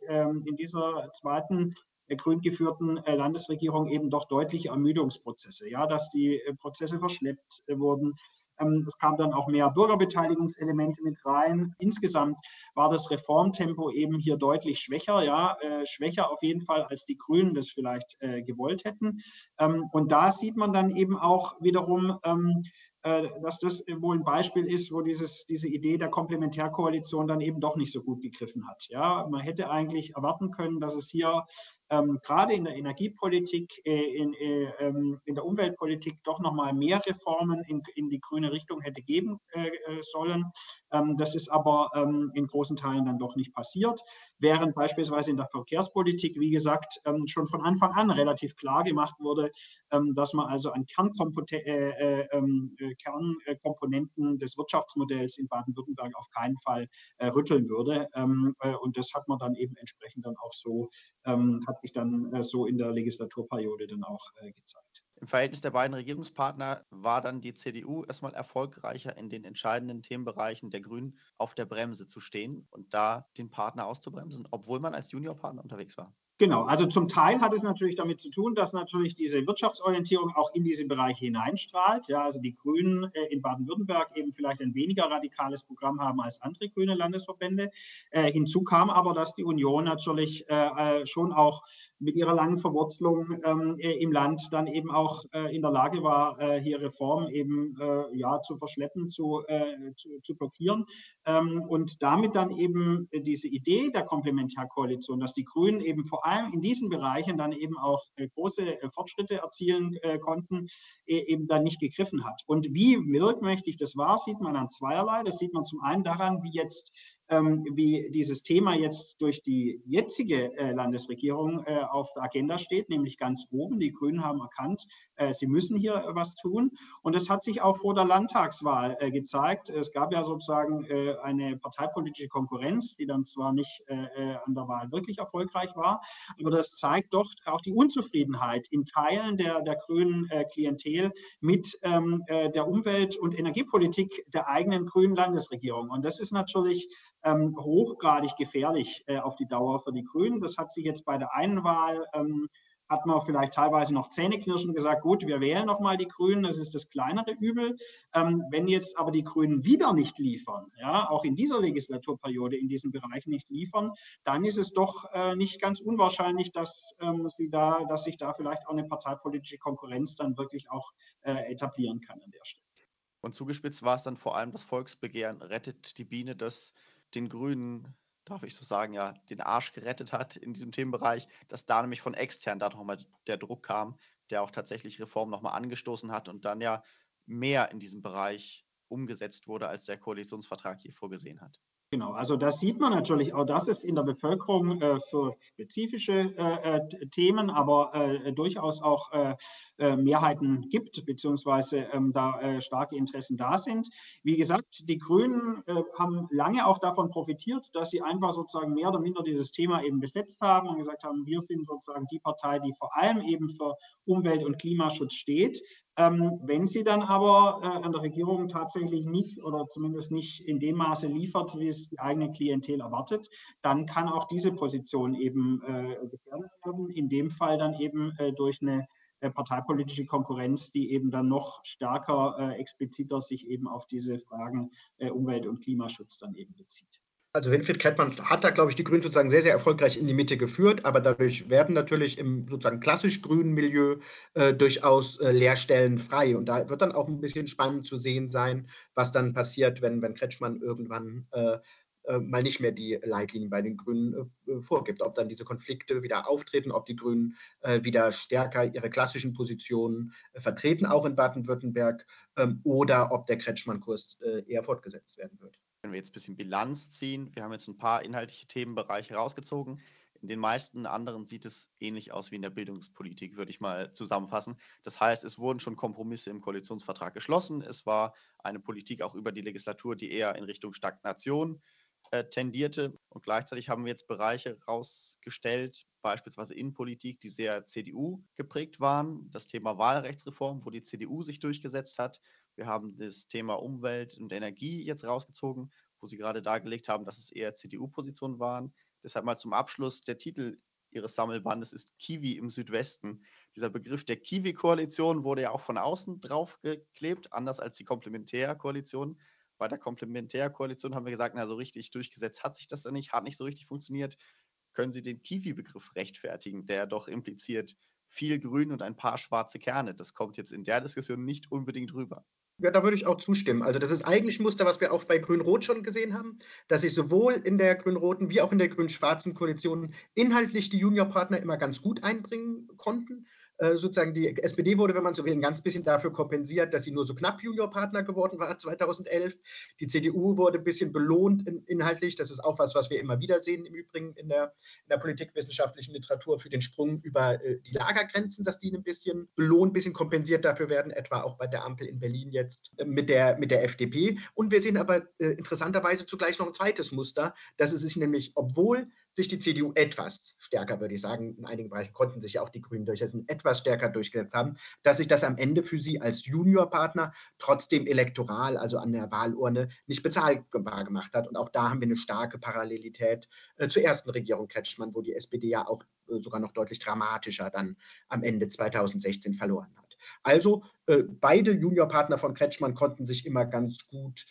zweiten grün geführten Landesregierung eben doch deutliche Ermüdungsprozesse, ja, dass die Prozesse verschleppt wurden. Es kamen dann auch mehr Bürgerbeteiligungselemente mit rein. Insgesamt war das Reformtempo eben hier deutlich schwächer, ja, schwächer auf jeden Fall, als die Grünen das vielleicht gewollt hätten. Und da sieht man dann eben auch wiederum, dass das wohl ein Beispiel ist, wo diese Idee der Komplementärkoalition dann eben doch nicht so gut gegriffen hat. Ja, man hätte eigentlich erwarten können, dass es hier gerade in der Energiepolitik, in der Umweltpolitik doch noch mal mehr Reformen in die grüne Richtung hätte geben sollen. Das ist aber in großen Teilen dann doch nicht passiert, während beispielsweise in der Verkehrspolitik, wie gesagt, schon von Anfang an relativ klar gemacht wurde, dass man also an Kernkomponenten des Wirtschaftsmodells in Baden-Württemberg auf keinen Fall rütteln würde. Und das hat man dann eben entsprechend dann auch so, hat sich dann so in der Legislaturperiode dann auch gezeigt. Im Verhältnis der beiden Regierungspartner war dann die CDU erstmal erfolgreicher in den entscheidenden Themenbereichen der Grünen auf der Bremse zu stehen und da den Partner auszubremsen, obwohl man als Juniorpartner unterwegs war. Genau, also zum Teil hat es natürlich damit zu tun, dass natürlich diese Wirtschaftsorientierung auch in diese Bereiche hineinstrahlt. Ja, also die Grünen in Baden-Württemberg eben vielleicht ein weniger radikales Programm haben als andere grüne Landesverbände. Hinzu kam aber, dass die Union natürlich schon auch mit ihrer langen Verwurzelung im Land dann eben auch in der Lage war, hier Reformen eben zu verschleppen, zu blockieren und damit dann eben diese Idee der Komplementärkoalition, dass die Grünen eben vor allem in diesen Bereichen dann eben auch große Fortschritte erzielen konnten, eben dann nicht gegriffen hat. Und wie wirkmächtig das war, sieht man an zweierlei. Das sieht man zum einen daran, wie dieses Thema jetzt durch die jetzige Landesregierung auf der Agenda steht, nämlich ganz oben. Die Grünen haben erkannt, sie müssen hier was tun. Und das hat sich auch vor der Landtagswahl gezeigt. Es gab ja sozusagen eine parteipolitische Konkurrenz, die dann zwar nicht an der Wahl wirklich erfolgreich war, aber das zeigt doch auch die Unzufriedenheit in Teilen der grünen Klientel mit der Umwelt- und Energiepolitik der eigenen grünen Landesregierung. Und das ist natürlich hochgradig gefährlich auf die Dauer für die Grünen. Das hat sich jetzt bei der einen Wahl hat man vielleicht teilweise noch zähneknirschend gesagt, gut, wir wählen nochmal die Grünen, das ist das kleinere Übel. Wenn jetzt aber die Grünen wieder nicht liefern, ja, auch in dieser Legislaturperiode in diesem Bereich nicht liefern, dann ist es doch nicht ganz unwahrscheinlich, dass sich da vielleicht auch eine parteipolitische Konkurrenz dann wirklich auch etablieren kann an der Stelle. Und zugespitzt war es dann vor allem das Volksbegehren Rettet die Biene, das den Grünen, darf ich so sagen, ja, den Arsch gerettet hat in diesem Themenbereich, dass da nämlich von extern da nochmal der Druck kam, der auch tatsächlich Reformen nochmal angestoßen hat und dann ja mehr in diesem Bereich umgesetzt wurde, als der Koalitionsvertrag hier vorgesehen hat. Genau, also das sieht man natürlich auch, dass es in der Bevölkerung für spezifische Themen, aber durchaus auch Mehrheiten gibt, beziehungsweise da starke Interessen da sind. Wie gesagt, die Grünen haben lange auch davon profitiert, dass sie einfach sozusagen mehr oder minder dieses Thema eben besetzt haben und gesagt haben, wir sind sozusagen die Partei, die vor allem eben für Umwelt- und Klimaschutz steht. Wenn sie dann aber an der Regierung tatsächlich nicht oder zumindest nicht in dem Maße liefert, wie es die eigene Klientel erwartet, dann kann auch diese Position eben gefährdet werden. In dem Fall dann eben durch eine parteipolitische Konkurrenz, die eben dann noch stärker expliziter sich eben auf diese Fragen Umwelt- und Klimaschutz dann eben bezieht. Also Winfried Kretschmann hat da, glaube ich, die Grünen sozusagen sehr, sehr erfolgreich in die Mitte geführt, aber dadurch werden natürlich im sozusagen klassisch grünen Milieu durchaus Leerstellen frei. Und da wird dann auch ein bisschen spannend zu sehen sein, was dann passiert, wenn Kretschmann irgendwann mal nicht mehr die Leitlinien bei den Grünen vorgibt. Ob dann diese Konflikte wieder auftreten, ob die Grünen wieder stärker ihre klassischen Positionen vertreten, auch in Baden-Württemberg, oder ob der Kretschmann-Kurs eher fortgesetzt werden wird. Wenn wir jetzt ein bisschen Bilanz ziehen, wir haben jetzt ein paar inhaltliche Themenbereiche rausgezogen. In den meisten anderen sieht es ähnlich aus wie in der Bildungspolitik, würde ich mal zusammenfassen. Das heißt, es wurden schon Kompromisse im Koalitionsvertrag geschlossen. Es war eine Politik auch über die Legislatur, die eher in Richtung Stagnation tendierte. Und gleichzeitig haben wir jetzt Bereiche rausgestellt, beispielsweise Innenpolitik, die sehr CDU geprägt waren. Das Thema Wahlrechtsreform, wo die CDU sich durchgesetzt hat. Wir haben das Thema Umwelt und Energie jetzt rausgezogen, wo Sie gerade dargelegt haben, dass es eher CDU-Positionen waren. Deshalb mal zum Abschluss, der Titel Ihres Sammelbandes ist Kiwi im Südwesten. Dieser Begriff der Kiwi-Koalition wurde ja auch von außen draufgeklebt, anders als die Komplementärkoalition. Bei der Komplementärkoalition haben wir gesagt, na, so richtig durchgesetzt hat sich das dann nicht, hat nicht so richtig funktioniert. Können Sie den Kiwi-Begriff rechtfertigen, der doch impliziert viel Grün und ein paar schwarze Kerne? Das kommt jetzt in der Diskussion nicht unbedingt rüber. Ja, da würde ich auch zustimmen. Also das ist eigentlich ein Muster, was wir auch bei Grün-Rot schon gesehen haben, dass sich sowohl in der grün-roten wie auch in der grün-schwarzen Koalition inhaltlich die Juniorpartner immer ganz gut einbringen konnten. sozusagen die SPD wurde, wenn man so will, ein ganz bisschen dafür kompensiert, dass sie nur so knapp Juniorpartner geworden war 2011. Die CDU wurde ein bisschen belohnt inhaltlich. Das ist auch was wir immer wieder sehen im Übrigen in der politikwissenschaftlichen Literatur für den Sprung über die Lagergrenzen, dass die ein bisschen belohnt, ein bisschen kompensiert dafür werden, etwa auch bei der Ampel in Berlin jetzt mit der FDP. Und wir sehen aber interessanterweise zugleich noch ein zweites Muster, dass es sich nämlich, obwohl sich die CDU etwas stärker, würde ich sagen, in einigen Bereichen konnten sich ja auch die Grünen durchsetzen, etwas stärker durchgesetzt haben, dass sich das am Ende für sie als Juniorpartner trotzdem elektoral, also an der Wahlurne, nicht bezahlbar gemacht hat. Und auch da haben wir eine starke Parallelität zur ersten Regierung Kretschmann, wo die SPD ja auch sogar noch deutlich dramatischer dann am Ende 2016 verloren hat. Also beide Juniorpartner von Kretschmann konnten sich immer ganz gut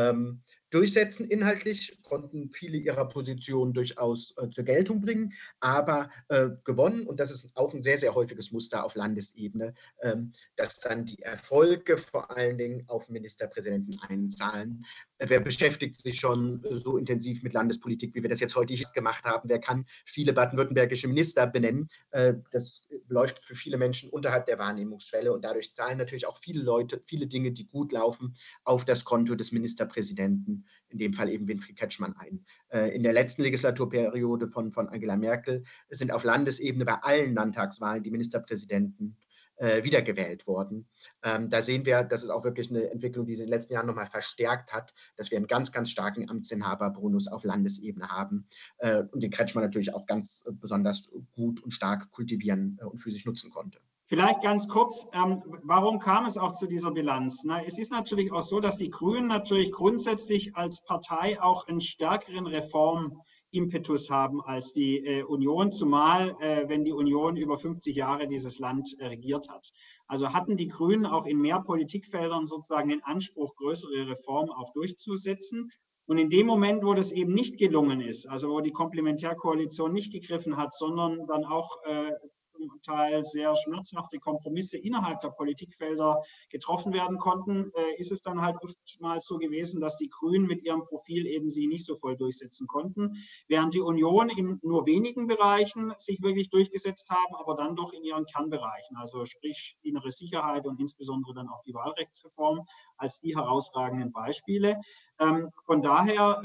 durchsetzen inhaltlich, konnten viele ihrer Positionen durchaus zur Geltung bringen, aber gewonnen, und das ist auch ein sehr, sehr häufiges Muster auf Landesebene, dass dann die Erfolge vor allen Dingen auf Ministerpräsidenten einzahlen. Wer beschäftigt sich schon so intensiv mit Landespolitik, wie wir das jetzt heute hier gemacht haben? Wer kann viele baden-württembergische Minister benennen? Das läuft für viele Menschen unterhalb der Wahrnehmungsschwelle und dadurch zahlen natürlich auch viele Leute, viele Dinge, die gut laufen, auf das Konto des Ministerpräsidenten, in dem Fall eben Winfried Kretschmann ein. In der letzten Legislaturperiode von Angela Merkel sind auf Landesebene bei allen Landtagswahlen die Ministerpräsidenten wiedergewählt worden. Da sehen wir, das ist auch wirklich eine Entwicklung, die sich in den letzten Jahren nochmal verstärkt hat, dass wir einen ganz, ganz starken Amtsinhaberbonus auf Landesebene haben und den Kretschmann natürlich auch ganz besonders gut und stark kultivieren und für sich nutzen konnte. Vielleicht ganz kurz, warum kam es auch zu dieser Bilanz? Na, es ist natürlich auch so, dass die Grünen natürlich grundsätzlich als Partei auch einen stärkeren Reformimpetus haben als die Union, zumal wenn die Union über 50 Jahre dieses Land regiert hat. Also hatten die Grünen auch in mehr Politikfeldern sozusagen den Anspruch, größere Reformen auch durchzusetzen. Und in dem Moment, wo das eben nicht gelungen ist, also wo die Komplementärkoalition nicht gegriffen hat, sondern dann auch zum Teil sehr schmerzhafte Kompromisse innerhalb der Politikfelder getroffen werden konnten, ist es dann halt oftmals so gewesen, dass die Grünen mit ihrem Profil eben sie nicht so voll durchsetzen konnten, während die Union in nur wenigen Bereichen sich wirklich durchgesetzt haben, aber dann doch in ihren Kernbereichen, also sprich innere Sicherheit und insbesondere dann auch die Wahlrechtsreform als die herausragenden Beispiele. Von daher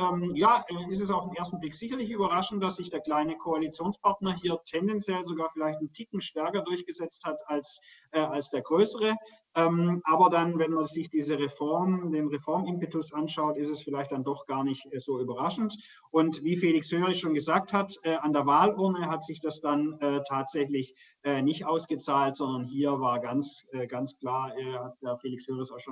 ist es auf den ersten Blick sicherlich überraschend, dass sich der kleine Koalitionspartner hier tendenziell sogar vielleicht einen Ticken stärker durchgesetzt hat als der größere. Aber dann, wenn man sich den Reformimpetus anschaut, ist es vielleicht dann doch gar nicht so überraschend. Und wie Felix Hörig schon gesagt hat, an der Wahlurne hat sich das dann tatsächlich nicht ausgezahlt, sondern hier war ganz klar, hat der Felix Hörig auch schon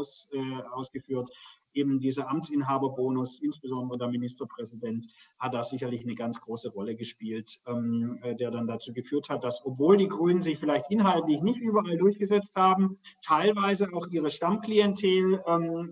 ausgeführt, eben dieser Amtsinhaberbonus, insbesondere der Ministerpräsident, hat da sicherlich eine ganz große Rolle gespielt, der dann dazu geführt hat, dass, obwohl die Grünen sich vielleicht inhaltlich nicht überall durchgesetzt haben, teilweise auch ihre Stammklientel,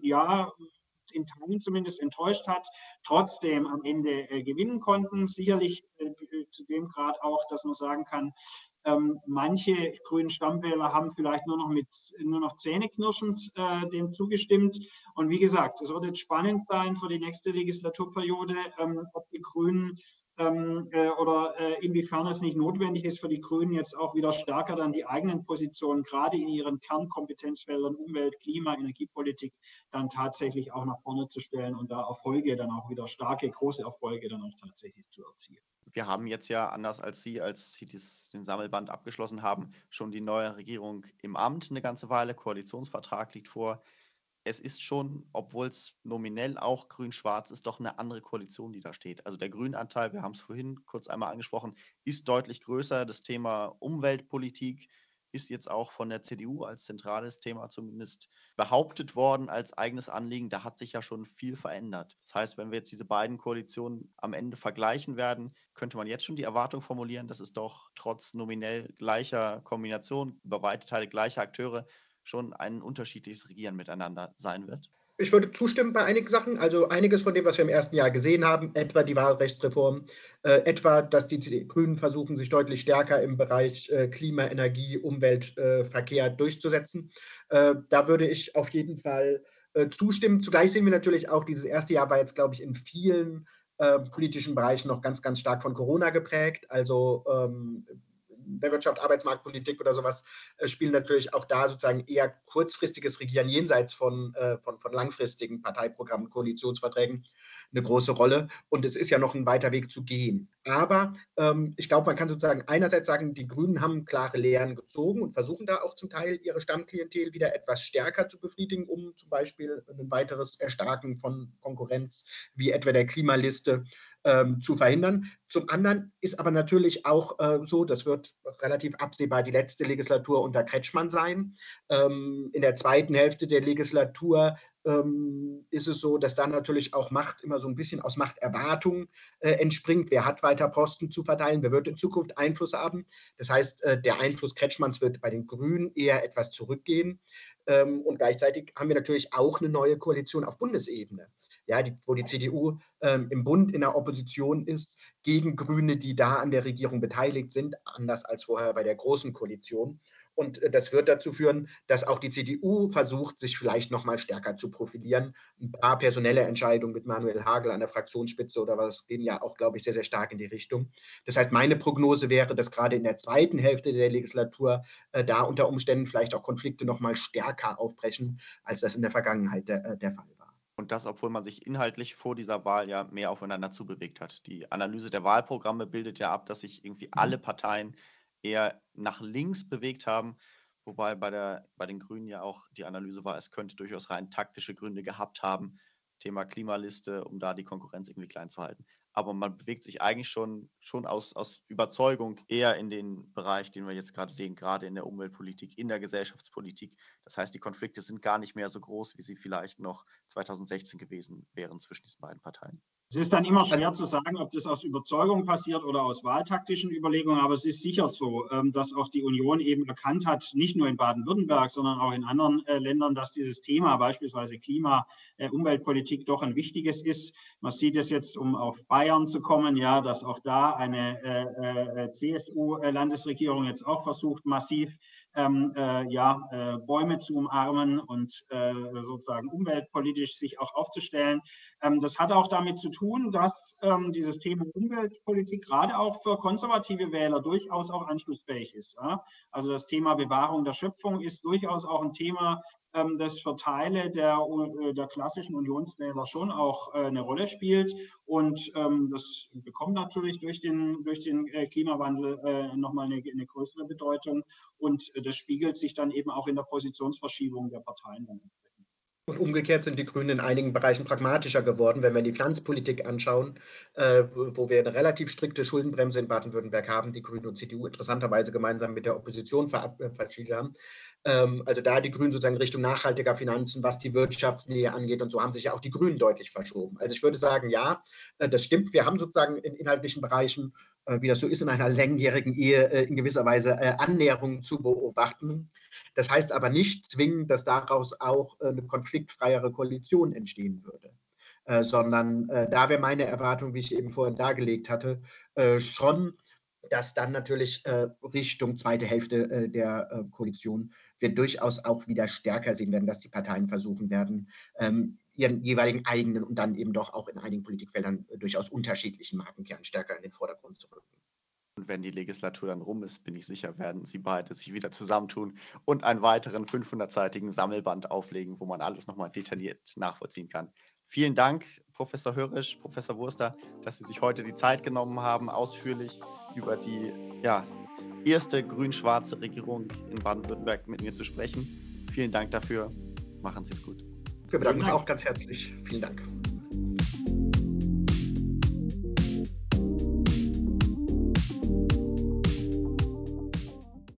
in Teilen zumindest enttäuscht hat, trotzdem am Ende gewinnen konnten. Sicherlich zu dem Grad auch, dass man sagen kann, manche grünen Stammwähler haben vielleicht nur noch zähneknirschend dem zugestimmt. Und wie gesagt, es wird jetzt spannend sein für die nächste Legislaturperiode, ob die Grünen inwiefern es nicht notwendig ist für die Grünen jetzt auch wieder stärker dann die eigenen Positionen, gerade in ihren Kernkompetenzfeldern Umwelt, Klima, Energiepolitik, dann tatsächlich auch nach vorne zu stellen und da Erfolge dann auch wieder große Erfolge dann auch tatsächlich zu erzielen. Wir haben jetzt ja, anders als Sie den Sammelband abgeschlossen haben, schon die neue Regierung im Amt eine ganze Weile. Koalitionsvertrag liegt vor. Es ist schon, obwohl es nominell auch grün-schwarz ist, doch eine andere Koalition, die da steht. Also der Grünanteil, wir haben es vorhin kurz einmal angesprochen, ist deutlich größer. Das Thema Umweltpolitik ist jetzt auch von der CDU als zentrales Thema zumindest behauptet worden als eigenes Anliegen. Da hat sich ja schon viel verändert. Das heißt, wenn wir jetzt diese beiden Koalitionen am Ende vergleichen werden, könnte man jetzt schon die Erwartung formulieren, dass es doch trotz nominell gleicher Kombination, über weite Teile gleicher Akteure, schon ein unterschiedliches Regieren miteinander sein wird? Ich würde zustimmen bei einigen Sachen, also einiges von dem, was wir im ersten Jahr gesehen haben, etwa die Wahlrechtsreform, etwa, dass die Grünen versuchen, sich deutlich stärker im Bereich Klima, Energie, Umwelt, Verkehr durchzusetzen. Da würde ich auf jeden Fall zustimmen. Zugleich sehen wir natürlich auch, dieses erste Jahr war jetzt, glaube ich, in vielen politischen Bereichen noch ganz, ganz stark von Corona geprägt. Also der Wirtschaft, Arbeitsmarktpolitik oder sowas, spielen natürlich auch da sozusagen eher kurzfristiges Regieren jenseits von langfristigen Parteiprogrammen, Koalitionsverträgen eine große Rolle. Und es ist ja noch ein weiter Weg zu gehen. Aber ich glaube, man kann sozusagen einerseits sagen, die Grünen haben klare Lehren gezogen und versuchen da auch zum Teil ihre Stammklientel wieder etwas stärker zu befriedigen, um zum Beispiel ein weiteres Erstarken von Konkurrenz wie etwa der Klimaliste zu verhindern. Zum anderen ist aber natürlich auch so, das wird relativ absehbar die letzte Legislatur unter Kretschmann sein. In der zweiten Hälfte der Legislatur ist es so, dass dann natürlich auch Macht immer so ein bisschen aus Machterwartung entspringt. Wer hat weiter Posten zu verteilen? Wer wird in Zukunft Einfluss haben? Das heißt, der Einfluss Kretschmanns wird bei den Grünen eher etwas zurückgehen. Und gleichzeitig haben wir natürlich auch eine neue Koalition auf Bundesebene, ja, wo die CDU im Bund in der Opposition ist gegen Grüne, die da an der Regierung beteiligt sind, anders als vorher bei der Großen Koalition. Und das wird dazu führen, dass auch die CDU versucht, sich vielleicht noch mal stärker zu profilieren. Ein paar personelle Entscheidungen mit Manuel Hagel an der Fraktionsspitze oder was gehen ja auch, glaube ich, sehr, sehr stark in die Richtung. Das heißt, meine Prognose wäre, dass gerade in der zweiten Hälfte der Legislatur da unter Umständen vielleicht auch Konflikte noch mal stärker aufbrechen, als das in der Vergangenheit der Fall war. Und das, obwohl man sich inhaltlich vor dieser Wahl ja mehr aufeinander zubewegt hat. Die Analyse der Wahlprogramme bildet ja ab, dass sich irgendwie alle Parteien eher nach links bewegt haben, wobei bei den Grünen ja auch die Analyse war, es könnte durchaus rein taktische Gründe gehabt haben, Thema Klimaliste, um da die Konkurrenz irgendwie klein zu halten. Aber man bewegt sich eigentlich schon aus Überzeugung eher in den Bereich, den wir jetzt gerade sehen, gerade in der Umweltpolitik, in der Gesellschaftspolitik. Das heißt, die Konflikte sind gar nicht mehr so groß, wie sie vielleicht noch 2016 gewesen wären zwischen diesen beiden Parteien. Es ist dann immer schwer zu sagen, ob das aus Überzeugung passiert oder aus wahltaktischen Überlegungen, aber es ist sicher so, dass auch die Union eben erkannt hat, nicht nur in Baden-Württemberg, sondern auch in anderen Ländern, dass dieses Thema, beispielsweise Klima, Umweltpolitik, doch ein wichtiges ist. Man sieht es jetzt, um auf Bayern zu kommen, ja, dass auch da eine CSU-Landesregierung jetzt auch versucht, massiv Bäume zu umarmen und sozusagen umweltpolitisch sich auch aufzustellen. Das hat auch damit zu tun, dass dieses Thema Umweltpolitik gerade auch für konservative Wähler durchaus auch anschlussfähig ist. Ja? Also das Thema Bewahrung der Schöpfung ist durchaus auch ein Thema, das für Teile der klassischen Unionswähler schon auch eine Rolle spielt. Und das bekommt natürlich durch den Klimawandel nochmal eine größere Bedeutung. Und das spiegelt sich dann eben auch in der Positionsverschiebung der Parteien dann entsprechend. Und umgekehrt sind die Grünen in einigen Bereichen pragmatischer geworden, wenn wir die Finanzpolitik anschauen, wo wir eine relativ strikte Schuldenbremse in Baden-Württemberg haben, die Grünen und CDU interessanterweise gemeinsam mit der Opposition verabschiedet haben. Also da die Grünen sozusagen Richtung nachhaltiger Finanzen, was die Wirtschaftsnähe angeht und so, haben sich ja auch die Grünen deutlich verschoben. Also ich würde sagen, ja, das stimmt. Wir haben sozusagen in inhaltlichen Bereichen, wie das so ist in einer langjährigen Ehe, in gewisser Weise Annäherungen zu beobachten. Das heißt aber nicht zwingend, dass daraus auch eine konfliktfreiere Koalition entstehen würde. Sondern da wäre meine Erwartung, wie ich eben vorhin dargelegt hatte, schon, dass dann natürlich Richtung zweite Hälfte der Koalition wir durchaus auch wieder stärker sehen werden, dass die Parteien versuchen werden, ihren jeweiligen eigenen und dann eben doch auch in einigen Politikfeldern durchaus unterschiedlichen Markenkern stärker in den Vordergrund zu rücken. Und wenn die Legislatur dann rum ist, bin ich sicher, werden sie beide sich wieder zusammentun und einen weiteren 500-seitigen Sammelband auflegen, wo man alles nochmal detailliert nachvollziehen kann. Vielen Dank, Professor Hörisch, Professor Wurster, dass Sie sich heute die Zeit genommen haben, ausführlich über die erste grün-schwarze Regierung in Baden-Württemberg mit mir zu sprechen. Vielen Dank dafür. Machen Sie es gut. Wir bedanken uns auch ganz herzlich. Vielen Dank.